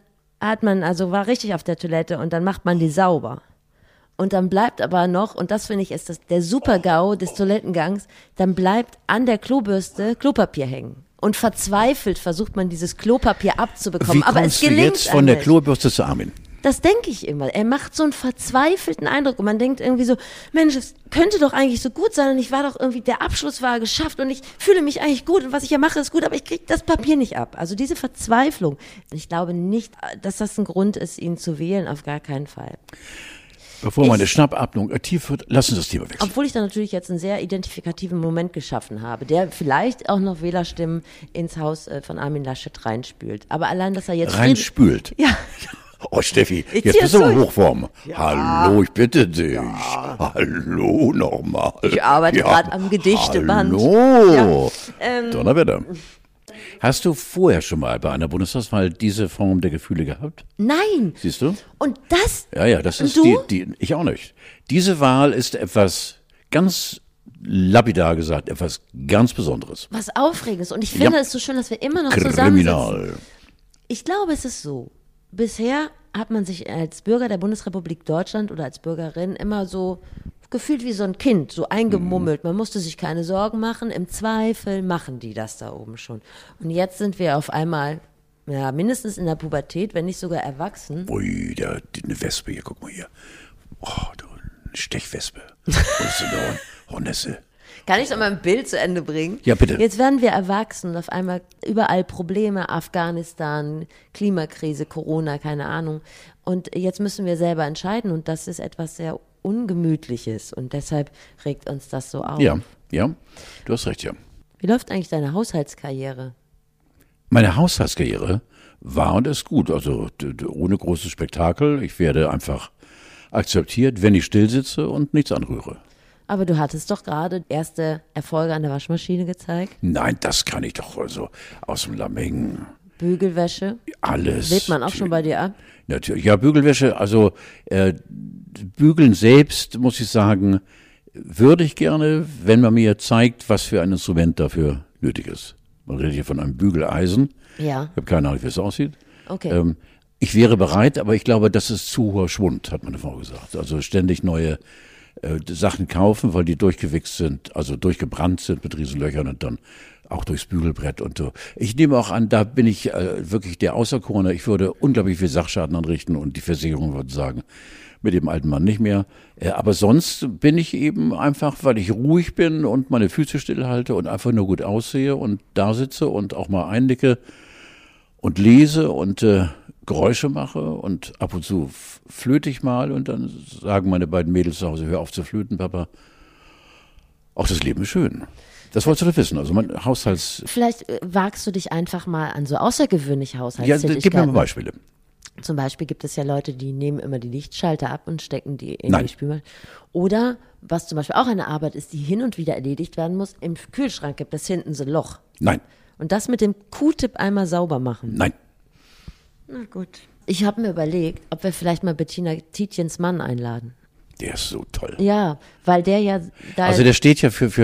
[SPEAKER 1] war richtig auf der Toilette und dann macht man die sauber. Und dann bleibt aber noch, und das finde ich ist der Super-GAU des Toilettengangs, dann bleibt an der Klobürste Klopapier hängen. Und verzweifelt versucht man, dieses Klopapier abzubekommen. Aber es gelingt
[SPEAKER 2] Wie kommst du jetzt von der Klobürste zu Armin?
[SPEAKER 1] Das denke ich immer. Er macht so einen verzweifelten Eindruck und man denkt irgendwie so, Mensch, es könnte doch eigentlich so gut sein und ich war doch irgendwie, der Abschluss war geschafft und ich fühle mich eigentlich gut und was ich hier mache ist gut, aber ich kriege das Papier nicht ab. Also diese Verzweiflung. Ich glaube nicht, dass das ein Grund ist, ihn zu wählen, auf gar keinen Fall.
[SPEAKER 2] Bevor meine Schnappatmung aktiv wird, lassen Sie das Thema wechseln.
[SPEAKER 1] Obwohl ich da natürlich jetzt einen sehr identifikativen Moment geschaffen habe, der vielleicht auch noch Wählerstimmen ins Haus von Armin Laschet reinspült. Aber allein, dass er jetzt...
[SPEAKER 2] Reinspült?
[SPEAKER 1] Ja.
[SPEAKER 2] Oh Steffi, jetzt bist du in Hochform. Ja. Hallo, ich bitte dich. Ja. Hallo nochmal.
[SPEAKER 1] Ich arbeite gerade am Gedichteband.
[SPEAKER 2] Hallo. Ja. Donnerwetter. Hast du vorher schon mal bei einer Bundestagswahl diese Form der Gefühle gehabt?
[SPEAKER 1] Nein.
[SPEAKER 2] Siehst du?
[SPEAKER 1] Und das?
[SPEAKER 2] Ja, das ist
[SPEAKER 1] du?
[SPEAKER 2] Ich auch nicht. Diese Wahl ist etwas ganz lapidar gesagt, etwas ganz Besonderes.
[SPEAKER 1] Was Aufregendes. Und ich finde es so schön, dass wir immer noch zusammensitzen. Ich glaube, es ist so. Bisher hat man sich als Bürger der Bundesrepublik Deutschland oder als Bürgerin immer so gefühlt wie so ein Kind, so eingemummelt. Man musste sich keine Sorgen machen. Im Zweifel machen die das da oben schon. Und jetzt sind wir auf einmal, mindestens in der Pubertät, wenn nicht sogar erwachsen.
[SPEAKER 2] Ui, eine Wespe hier, guck mal hier. Oh, eine Stechwespe. Das ist eine Hornisse.
[SPEAKER 1] Kann ich noch mal ein Bild zu Ende bringen?
[SPEAKER 2] Ja, bitte.
[SPEAKER 1] Jetzt werden wir erwachsen und auf einmal überall Probleme, Afghanistan, Klimakrise, Corona, keine Ahnung. Und jetzt müssen wir selber entscheiden und das ist etwas sehr Ungemütliches und deshalb regt uns das so auf.
[SPEAKER 2] Ja, du hast recht, ja.
[SPEAKER 1] Wie läuft eigentlich deine Haushaltskarriere?
[SPEAKER 2] Meine Haushaltskarriere war und ist gut, also ohne großes Spektakel. Ich werde einfach akzeptiert, wenn ich still sitze und nichts anrühre.
[SPEAKER 1] Aber du hattest doch gerade erste Erfolge an der Waschmaschine gezeigt.
[SPEAKER 2] Nein, das kann ich doch also aus dem Lameng.
[SPEAKER 1] Bügelwäsche.
[SPEAKER 2] Alles.
[SPEAKER 1] Weht man auch schon bei dir ab?
[SPEAKER 2] Natürlich. Ja, Bügelwäsche, also Bügeln selbst, muss ich sagen, würde ich gerne, wenn man mir zeigt, was für ein Instrument dafür nötig ist. Man redet hier von einem Bügeleisen.
[SPEAKER 1] Ja.
[SPEAKER 2] Ich habe keine Ahnung, wie es aussieht.
[SPEAKER 1] Okay.
[SPEAKER 2] Ich wäre bereit, aber ich glaube, das ist zu hoher Schwund, hat meine Frau gesagt. Also ständig neue Sachen kaufen, weil die durchgewichst sind, also durchgebrannt sind mit Riesenlöchern und dann auch durchs Bügelbrett und so. Ich nehme auch an, da bin ich wirklich der Außerkorner. Ich würde unglaublich viel Sachschaden anrichten und die Versicherung würde sagen, mit dem alten Mann nicht mehr. Aber sonst bin ich eben einfach, weil ich ruhig bin und meine Füße stillhalte und einfach nur gut aussehe und da sitze und auch mal einnicke und lese und Geräusche mache und ab und zu flöte ich mal und dann sagen meine beiden Mädels zu Hause, hör auf zu flöten, Papa. Auch das Leben ist schön. Das wolltest du doch wissen. Also mein
[SPEAKER 1] Vielleicht wagst du dich einfach mal an so außergewöhnliche
[SPEAKER 2] Ja,
[SPEAKER 1] Haushaltstätigkeiten.
[SPEAKER 2] gib mir mal Beispiele.
[SPEAKER 1] Zum Beispiel gibt es ja Leute, die nehmen immer die Lichtschalter ab und stecken die in
[SPEAKER 2] Nein.
[SPEAKER 1] die Spülmaschine. Oder, was zum Beispiel auch eine Arbeit ist, die hin und wieder erledigt werden muss, im Kühlschrank gibt es hinten so ein Loch.
[SPEAKER 2] Nein,
[SPEAKER 1] Und das mit dem Q-Tip einmal sauber machen.
[SPEAKER 2] nein.
[SPEAKER 1] Na gut. Ich habe mir überlegt, ob wir vielleicht mal Bettina Tietjens Mann einladen.
[SPEAKER 2] Der ist so toll.
[SPEAKER 1] Ja, weil der ja da.
[SPEAKER 2] Also der steht ja für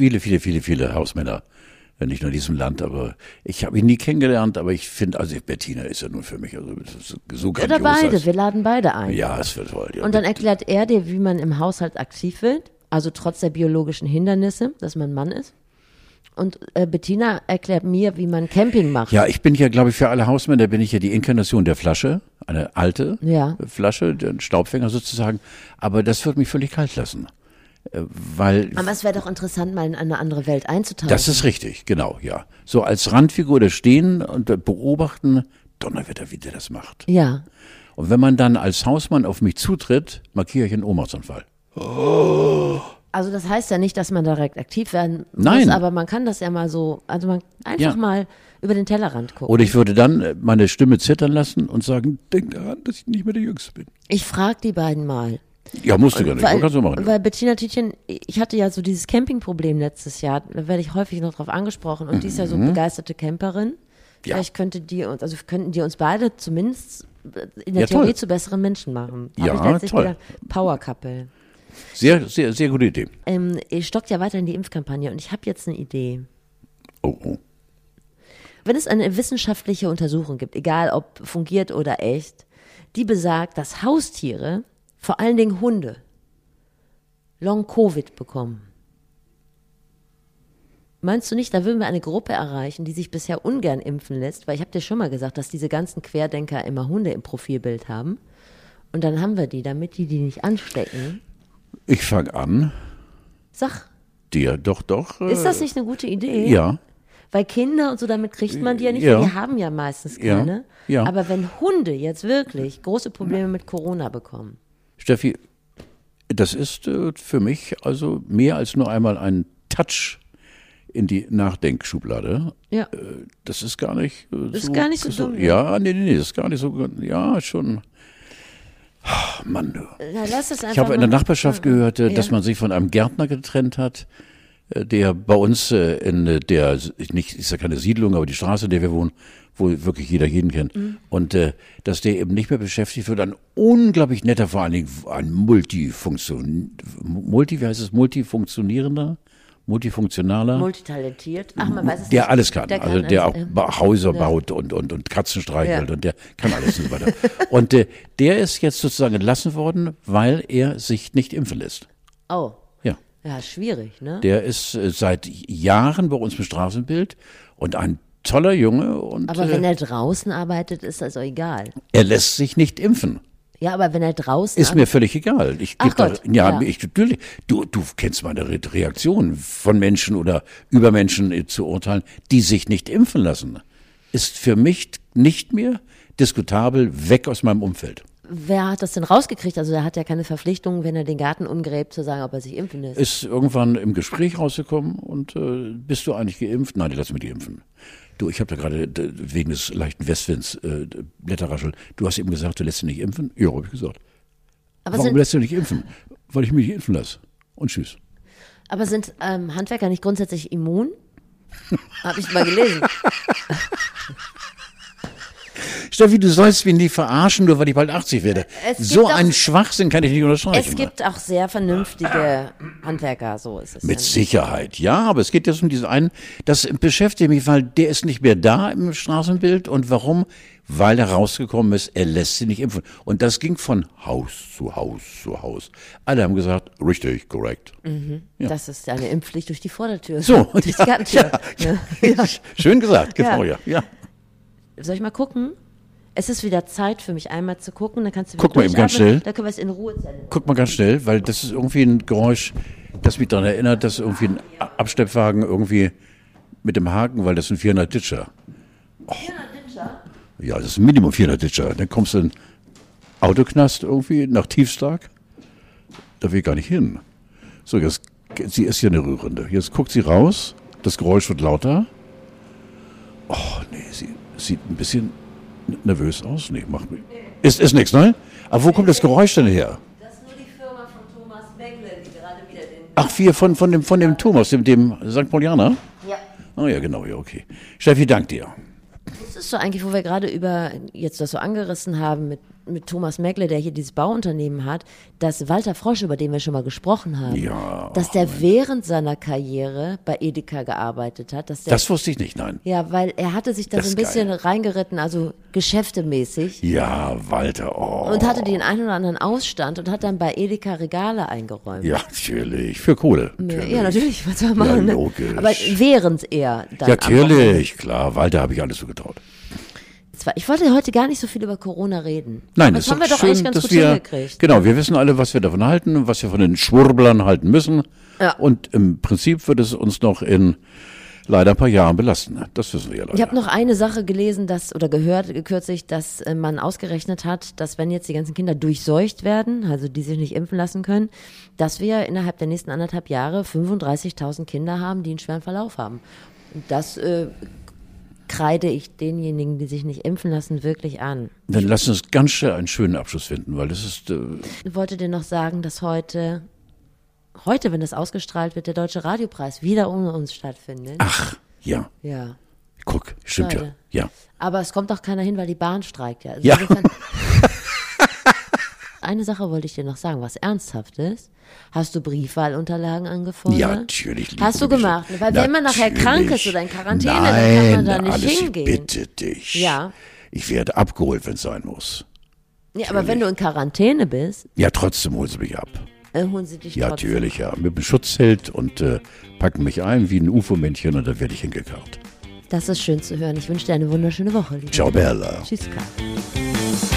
[SPEAKER 2] viele Hausmänner. Nicht nur in diesem Land, aber ich habe ihn nie kennengelernt, aber ich finde, also Bettina ist ja nun für mich also so grandios.
[SPEAKER 1] oder beide, wir laden beide ein.
[SPEAKER 2] Ja, es wird toll. Ja.
[SPEAKER 1] Und dann erklärt er dir, wie man im Haushalt aktiv wird, also trotz der biologischen Hindernisse, dass man Mann ist. Und Bettina erklärt mir, wie man Camping macht.
[SPEAKER 2] Ja, ich bin ja, glaube ich, für alle Hausmänner bin ich ja die Inkarnation der Flasche, eine alte
[SPEAKER 1] Ja.
[SPEAKER 2] Flasche, ein Staubfänger sozusagen, aber das wird mich völlig kalt lassen, weil
[SPEAKER 1] Aber es wäre doch interessant, mal in eine andere Welt einzutauchen.
[SPEAKER 2] das ist richtig, genau, ja. So als Randfigur da stehen und beobachten, Donnerwetter, wie der das macht.
[SPEAKER 1] Ja.
[SPEAKER 2] Und wenn man dann als Hausmann auf mich zutritt, markiere ich einen Ohnmachtsanfall.
[SPEAKER 1] Also das heißt ja nicht, dass man direkt aktiv werden muss,
[SPEAKER 2] Nein.
[SPEAKER 1] aber man kann das ja mal so, also man einfach
[SPEAKER 2] Ja.
[SPEAKER 1] mal über den Tellerrand gucken.
[SPEAKER 2] Oder ich würde dann meine Stimme zittern lassen und sagen, denk daran, dass ich nicht mehr der Jüngste bin.
[SPEAKER 1] Ich frage die beiden mal.
[SPEAKER 2] Ja, musst du gar nicht, kannst du machen.
[SPEAKER 1] Weil Bettina Tietjen, ich hatte ja so dieses Campingproblem letztes Jahr, da werde ich häufig noch drauf angesprochen und die ist ja so begeisterte Camperin.
[SPEAKER 2] Ja.
[SPEAKER 1] Vielleicht könnten die uns beide zumindest in der
[SPEAKER 2] Ja,
[SPEAKER 1] Theorie
[SPEAKER 2] toll.
[SPEAKER 1] zu besseren Menschen machen.
[SPEAKER 2] Ja,
[SPEAKER 1] Hab ich letztlich
[SPEAKER 2] toll.
[SPEAKER 1] gedacht, Power Couple.
[SPEAKER 2] Sehr, sehr, sehr gute Idee.
[SPEAKER 1] Ihr stockt ja weiterhin die Impfkampagne und ich habe jetzt eine Idee.
[SPEAKER 2] Oh.
[SPEAKER 1] Wenn es eine wissenschaftliche Untersuchung gibt, egal ob fungiert oder echt, die besagt, dass Haustiere, vor allen Dingen Hunde, Long-Covid bekommen. Meinst du nicht, da würden wir eine Gruppe erreichen, die sich bisher ungern impfen lässt? Weil ich habe dir schon mal gesagt, dass diese ganzen Querdenker immer Hunde im Profilbild haben. Und dann haben wir die, damit die nicht anstecken.
[SPEAKER 2] Ich fange an,
[SPEAKER 1] Sag,
[SPEAKER 2] dir doch.
[SPEAKER 1] ist das nicht eine gute Idee?
[SPEAKER 2] Ja.
[SPEAKER 1] Weil Kinder und so, damit kriegt man die ja nicht,
[SPEAKER 2] Ja.
[SPEAKER 1] weil die haben ja meistens
[SPEAKER 2] Ja.
[SPEAKER 1] keine.
[SPEAKER 2] Ja.
[SPEAKER 1] Aber wenn Hunde jetzt wirklich große Probleme mit Corona bekommen,
[SPEAKER 2] Steffi, das ist für mich also mehr als nur einmal ein Touch in die Nachdenkschublade.
[SPEAKER 1] ja,
[SPEAKER 2] Das ist gar nicht
[SPEAKER 1] ist gar nicht so dumm, ne?
[SPEAKER 2] Ja, nee, das ist gar nicht so, ja, schon. Ach, Mann, du.
[SPEAKER 1] na, lass es einfach
[SPEAKER 2] Ich habe in der
[SPEAKER 1] mal-
[SPEAKER 2] Nachbarschaft gehört, dass
[SPEAKER 1] Ja.
[SPEAKER 2] man sich von einem Gärtner getrennt hat, der bei uns in der, nicht, ist ja keine Siedlung, aber die Straße, in der wir wohnen, wo wirklich jeder jeden kennt. Und dass der eben nicht mehr beschäftigt wird, ein unglaublich netter, vor allen Dingen ein multifunktionaler,
[SPEAKER 1] multitalentiert. Ach, man weiß es
[SPEAKER 2] der
[SPEAKER 1] nicht.
[SPEAKER 2] alles kann,
[SPEAKER 1] Der
[SPEAKER 2] also
[SPEAKER 1] kann
[SPEAKER 2] der auch
[SPEAKER 1] alles,
[SPEAKER 2] Häuser baut und Katzen streichelt
[SPEAKER 1] Ja.
[SPEAKER 2] und der kann alles und so weiter. Und der ist jetzt sozusagen entlassen worden, weil er sich nicht impfen lässt.
[SPEAKER 1] Oh,
[SPEAKER 2] Ja.
[SPEAKER 1] ja, schwierig, ne?
[SPEAKER 2] Der ist seit Jahren bei uns im Straßenbild und ein toller Junge und
[SPEAKER 1] Aber wenn er draußen arbeitet, ist das auch egal.
[SPEAKER 2] er lässt sich nicht impfen.
[SPEAKER 1] Ja, aber wenn er draußen
[SPEAKER 2] Ist mir völlig egal. Ich
[SPEAKER 1] Ach
[SPEAKER 2] geb da,
[SPEAKER 1] Gott,
[SPEAKER 2] ja,
[SPEAKER 1] ja.
[SPEAKER 2] Natürlich. Du kennst meine Reaktion von Menschen oder über Menschen zu urteilen, die sich nicht impfen lassen. Ist für mich nicht mehr diskutabel, weg aus meinem Umfeld.
[SPEAKER 1] Wer hat das denn rausgekriegt? Also er hat ja keine Verpflichtung, wenn er den Garten umgräbt, zu sagen, ob er sich impfen lässt.
[SPEAKER 2] Ist irgendwann im Gespräch rausgekommen und bist du eigentlich geimpft? Nein, die lassen mich nicht impfen. Du, ich habe da gerade wegen des leichten Westwinds Blätterrascheln. Du hast eben gesagt, du lässt dich nicht impfen? Ja, habe ich gesagt.
[SPEAKER 1] Aber
[SPEAKER 2] Warum
[SPEAKER 1] sind,
[SPEAKER 2] lässt du nicht impfen? Weil ich mich nicht impfen lasse. Und tschüss.
[SPEAKER 1] Aber sind Handwerker nicht grundsätzlich immun? Habe ich mal gelesen.
[SPEAKER 2] Steffi, du sollst mich nicht verarschen, nur weil ich bald 80 werde. So einen Schwachsinn kann ich nicht unterstreichen.
[SPEAKER 1] Es gibt auch sehr vernünftige Handwerker, so ist es.
[SPEAKER 2] Mit Sicherheit, ja, aber es geht jetzt um diesen einen, das beschäftigt mich, weil der ist nicht mehr da im Straßenbild. Und warum? Weil er rausgekommen ist, er lässt sie nicht impfen. Und das ging von Haus zu Haus zu Haus. Alle haben gesagt, richtig, korrekt.
[SPEAKER 1] Ja. Das ist eine Impfpflicht durch die Vordertür.
[SPEAKER 2] So,
[SPEAKER 1] durch die Gartentür.
[SPEAKER 2] Ja. Schön gesagt, genau, ja.
[SPEAKER 1] Soll ich mal gucken? Es ist wieder Zeit für mich einmal zu gucken, dann kannst du
[SPEAKER 2] Guck mal eben ganz schnell.
[SPEAKER 1] Da können wir es in Ruhe senden.
[SPEAKER 2] Guck mal ganz schnell, weil das ist irgendwie ein Geräusch, das mich daran erinnert, dass irgendwie ein Abschleppwagen irgendwie mit dem Haken, weil das sind 400 Ditcher.
[SPEAKER 1] 400 Ditcher?
[SPEAKER 2] Ja, das ist ein Minimum 400 Ditcher. Dann kommst du in den Autoknast irgendwie nach Tiefstark. Da will ich gar nicht hin. So, jetzt, sie ist hier eine Rührende. Jetzt guckt sie raus, das Geräusch wird lauter. Oh, nee, sie sieht ein bisschen nervös aus. Nee, macht nicht. Ist nichts, nein? Aber wo kommt das Geräusch denn her?
[SPEAKER 1] Das ist nur die Firma von Thomas Megle, die gerade wieder den...
[SPEAKER 2] Ach, von dem Thomas, dem St. Paulianer?
[SPEAKER 1] Ja.
[SPEAKER 2] Oh ja, genau, ja, okay. Steffi, dank dir.
[SPEAKER 1] Wusstest du eigentlich, wo wir gerade über jetzt das so angerissen haben mit Thomas Megle, der hier dieses Bauunternehmen hat, dass Walter Frosch, über den wir schon mal gesprochen haben, dass der während seiner Karriere bei Edeka gearbeitet hat.
[SPEAKER 2] Das wusste ich nicht, nein.
[SPEAKER 1] Ja, weil er hatte sich da so ein bisschen reingeritten, also geschäftemäßig.
[SPEAKER 2] Ja, Walter, oh.
[SPEAKER 1] Und hatte den einen oder anderen Ausstand und hat dann bei Edeka Regale eingeräumt.
[SPEAKER 2] Ja, natürlich, für Kohle. Natürlich.
[SPEAKER 1] Ja, natürlich, was soll man machen?
[SPEAKER 2] Ja, logisch.
[SPEAKER 1] Aber während er dann...
[SPEAKER 2] Ja, natürlich, klar, Walter habe ich alles so getraut.
[SPEAKER 1] Ich wollte heute gar nicht so viel über Corona reden.
[SPEAKER 2] Nein,
[SPEAKER 1] das
[SPEAKER 2] ist
[SPEAKER 1] haben wir doch
[SPEAKER 2] schön,
[SPEAKER 1] eigentlich ganz
[SPEAKER 2] dass
[SPEAKER 1] gut
[SPEAKER 2] wir,
[SPEAKER 1] hingekriegt.
[SPEAKER 2] Genau, wir wissen alle, was wir davon halten und was wir von den Schwurblern halten müssen.
[SPEAKER 1] Ja.
[SPEAKER 2] Und im Prinzip wird es uns noch in leider ein paar Jahren belasten. Das wissen wir ja leider.
[SPEAKER 1] Ich habe noch eine Sache gelesen, oder gehört kürzlich, dass man ausgerechnet hat, dass wenn jetzt die ganzen Kinder durchseucht werden, also die sich nicht impfen lassen können, dass wir innerhalb der nächsten 1,5 Jahre 35.000 Kinder haben, die einen schweren Verlauf haben. Und das kreide ich denjenigen, die sich nicht impfen lassen, wirklich an.
[SPEAKER 2] Dann lass uns ganz schnell einen schönen Abschluss finden, weil das ist...
[SPEAKER 1] Ich wollte dir noch sagen, dass heute, wenn das ausgestrahlt wird, der Deutsche Radiopreis wieder ohne uns stattfindet.
[SPEAKER 2] Ach, ja.
[SPEAKER 1] Ja.
[SPEAKER 2] Guck, stimmt
[SPEAKER 1] Schade.
[SPEAKER 2] ja.
[SPEAKER 1] Aber es kommt auch keiner hin, weil die Bahn streikt. Ja. Also
[SPEAKER 2] ja.
[SPEAKER 1] Eine Sache wollte ich dir noch sagen, was Ernsthaftes. Hast du Briefwahlunterlagen angefordert?
[SPEAKER 2] Ja, natürlich.
[SPEAKER 1] Hast du gemacht? Weil wenn man nachher krank ist oder in Quarantäne, dann kann man da nicht hingehen.
[SPEAKER 2] Ich bitte dich.
[SPEAKER 1] Ja.
[SPEAKER 2] Ich werde abgeholt, wenn es sein muss.
[SPEAKER 1] Ja, aber wenn du in Quarantäne bist.
[SPEAKER 2] Ja, trotzdem holen sie mich ab.
[SPEAKER 1] Holen sie dich
[SPEAKER 2] ja,
[SPEAKER 1] trotzdem.
[SPEAKER 2] Natürlich, ja. Mit dem Schutzheld und packen mich ein wie ein UFO-Männchen und dann werde ich hingekarrt.
[SPEAKER 1] Das ist schön zu hören. Ich wünsche dir eine wunderschöne Woche.
[SPEAKER 2] Ciao, Bella.
[SPEAKER 1] Tschüss, Karl.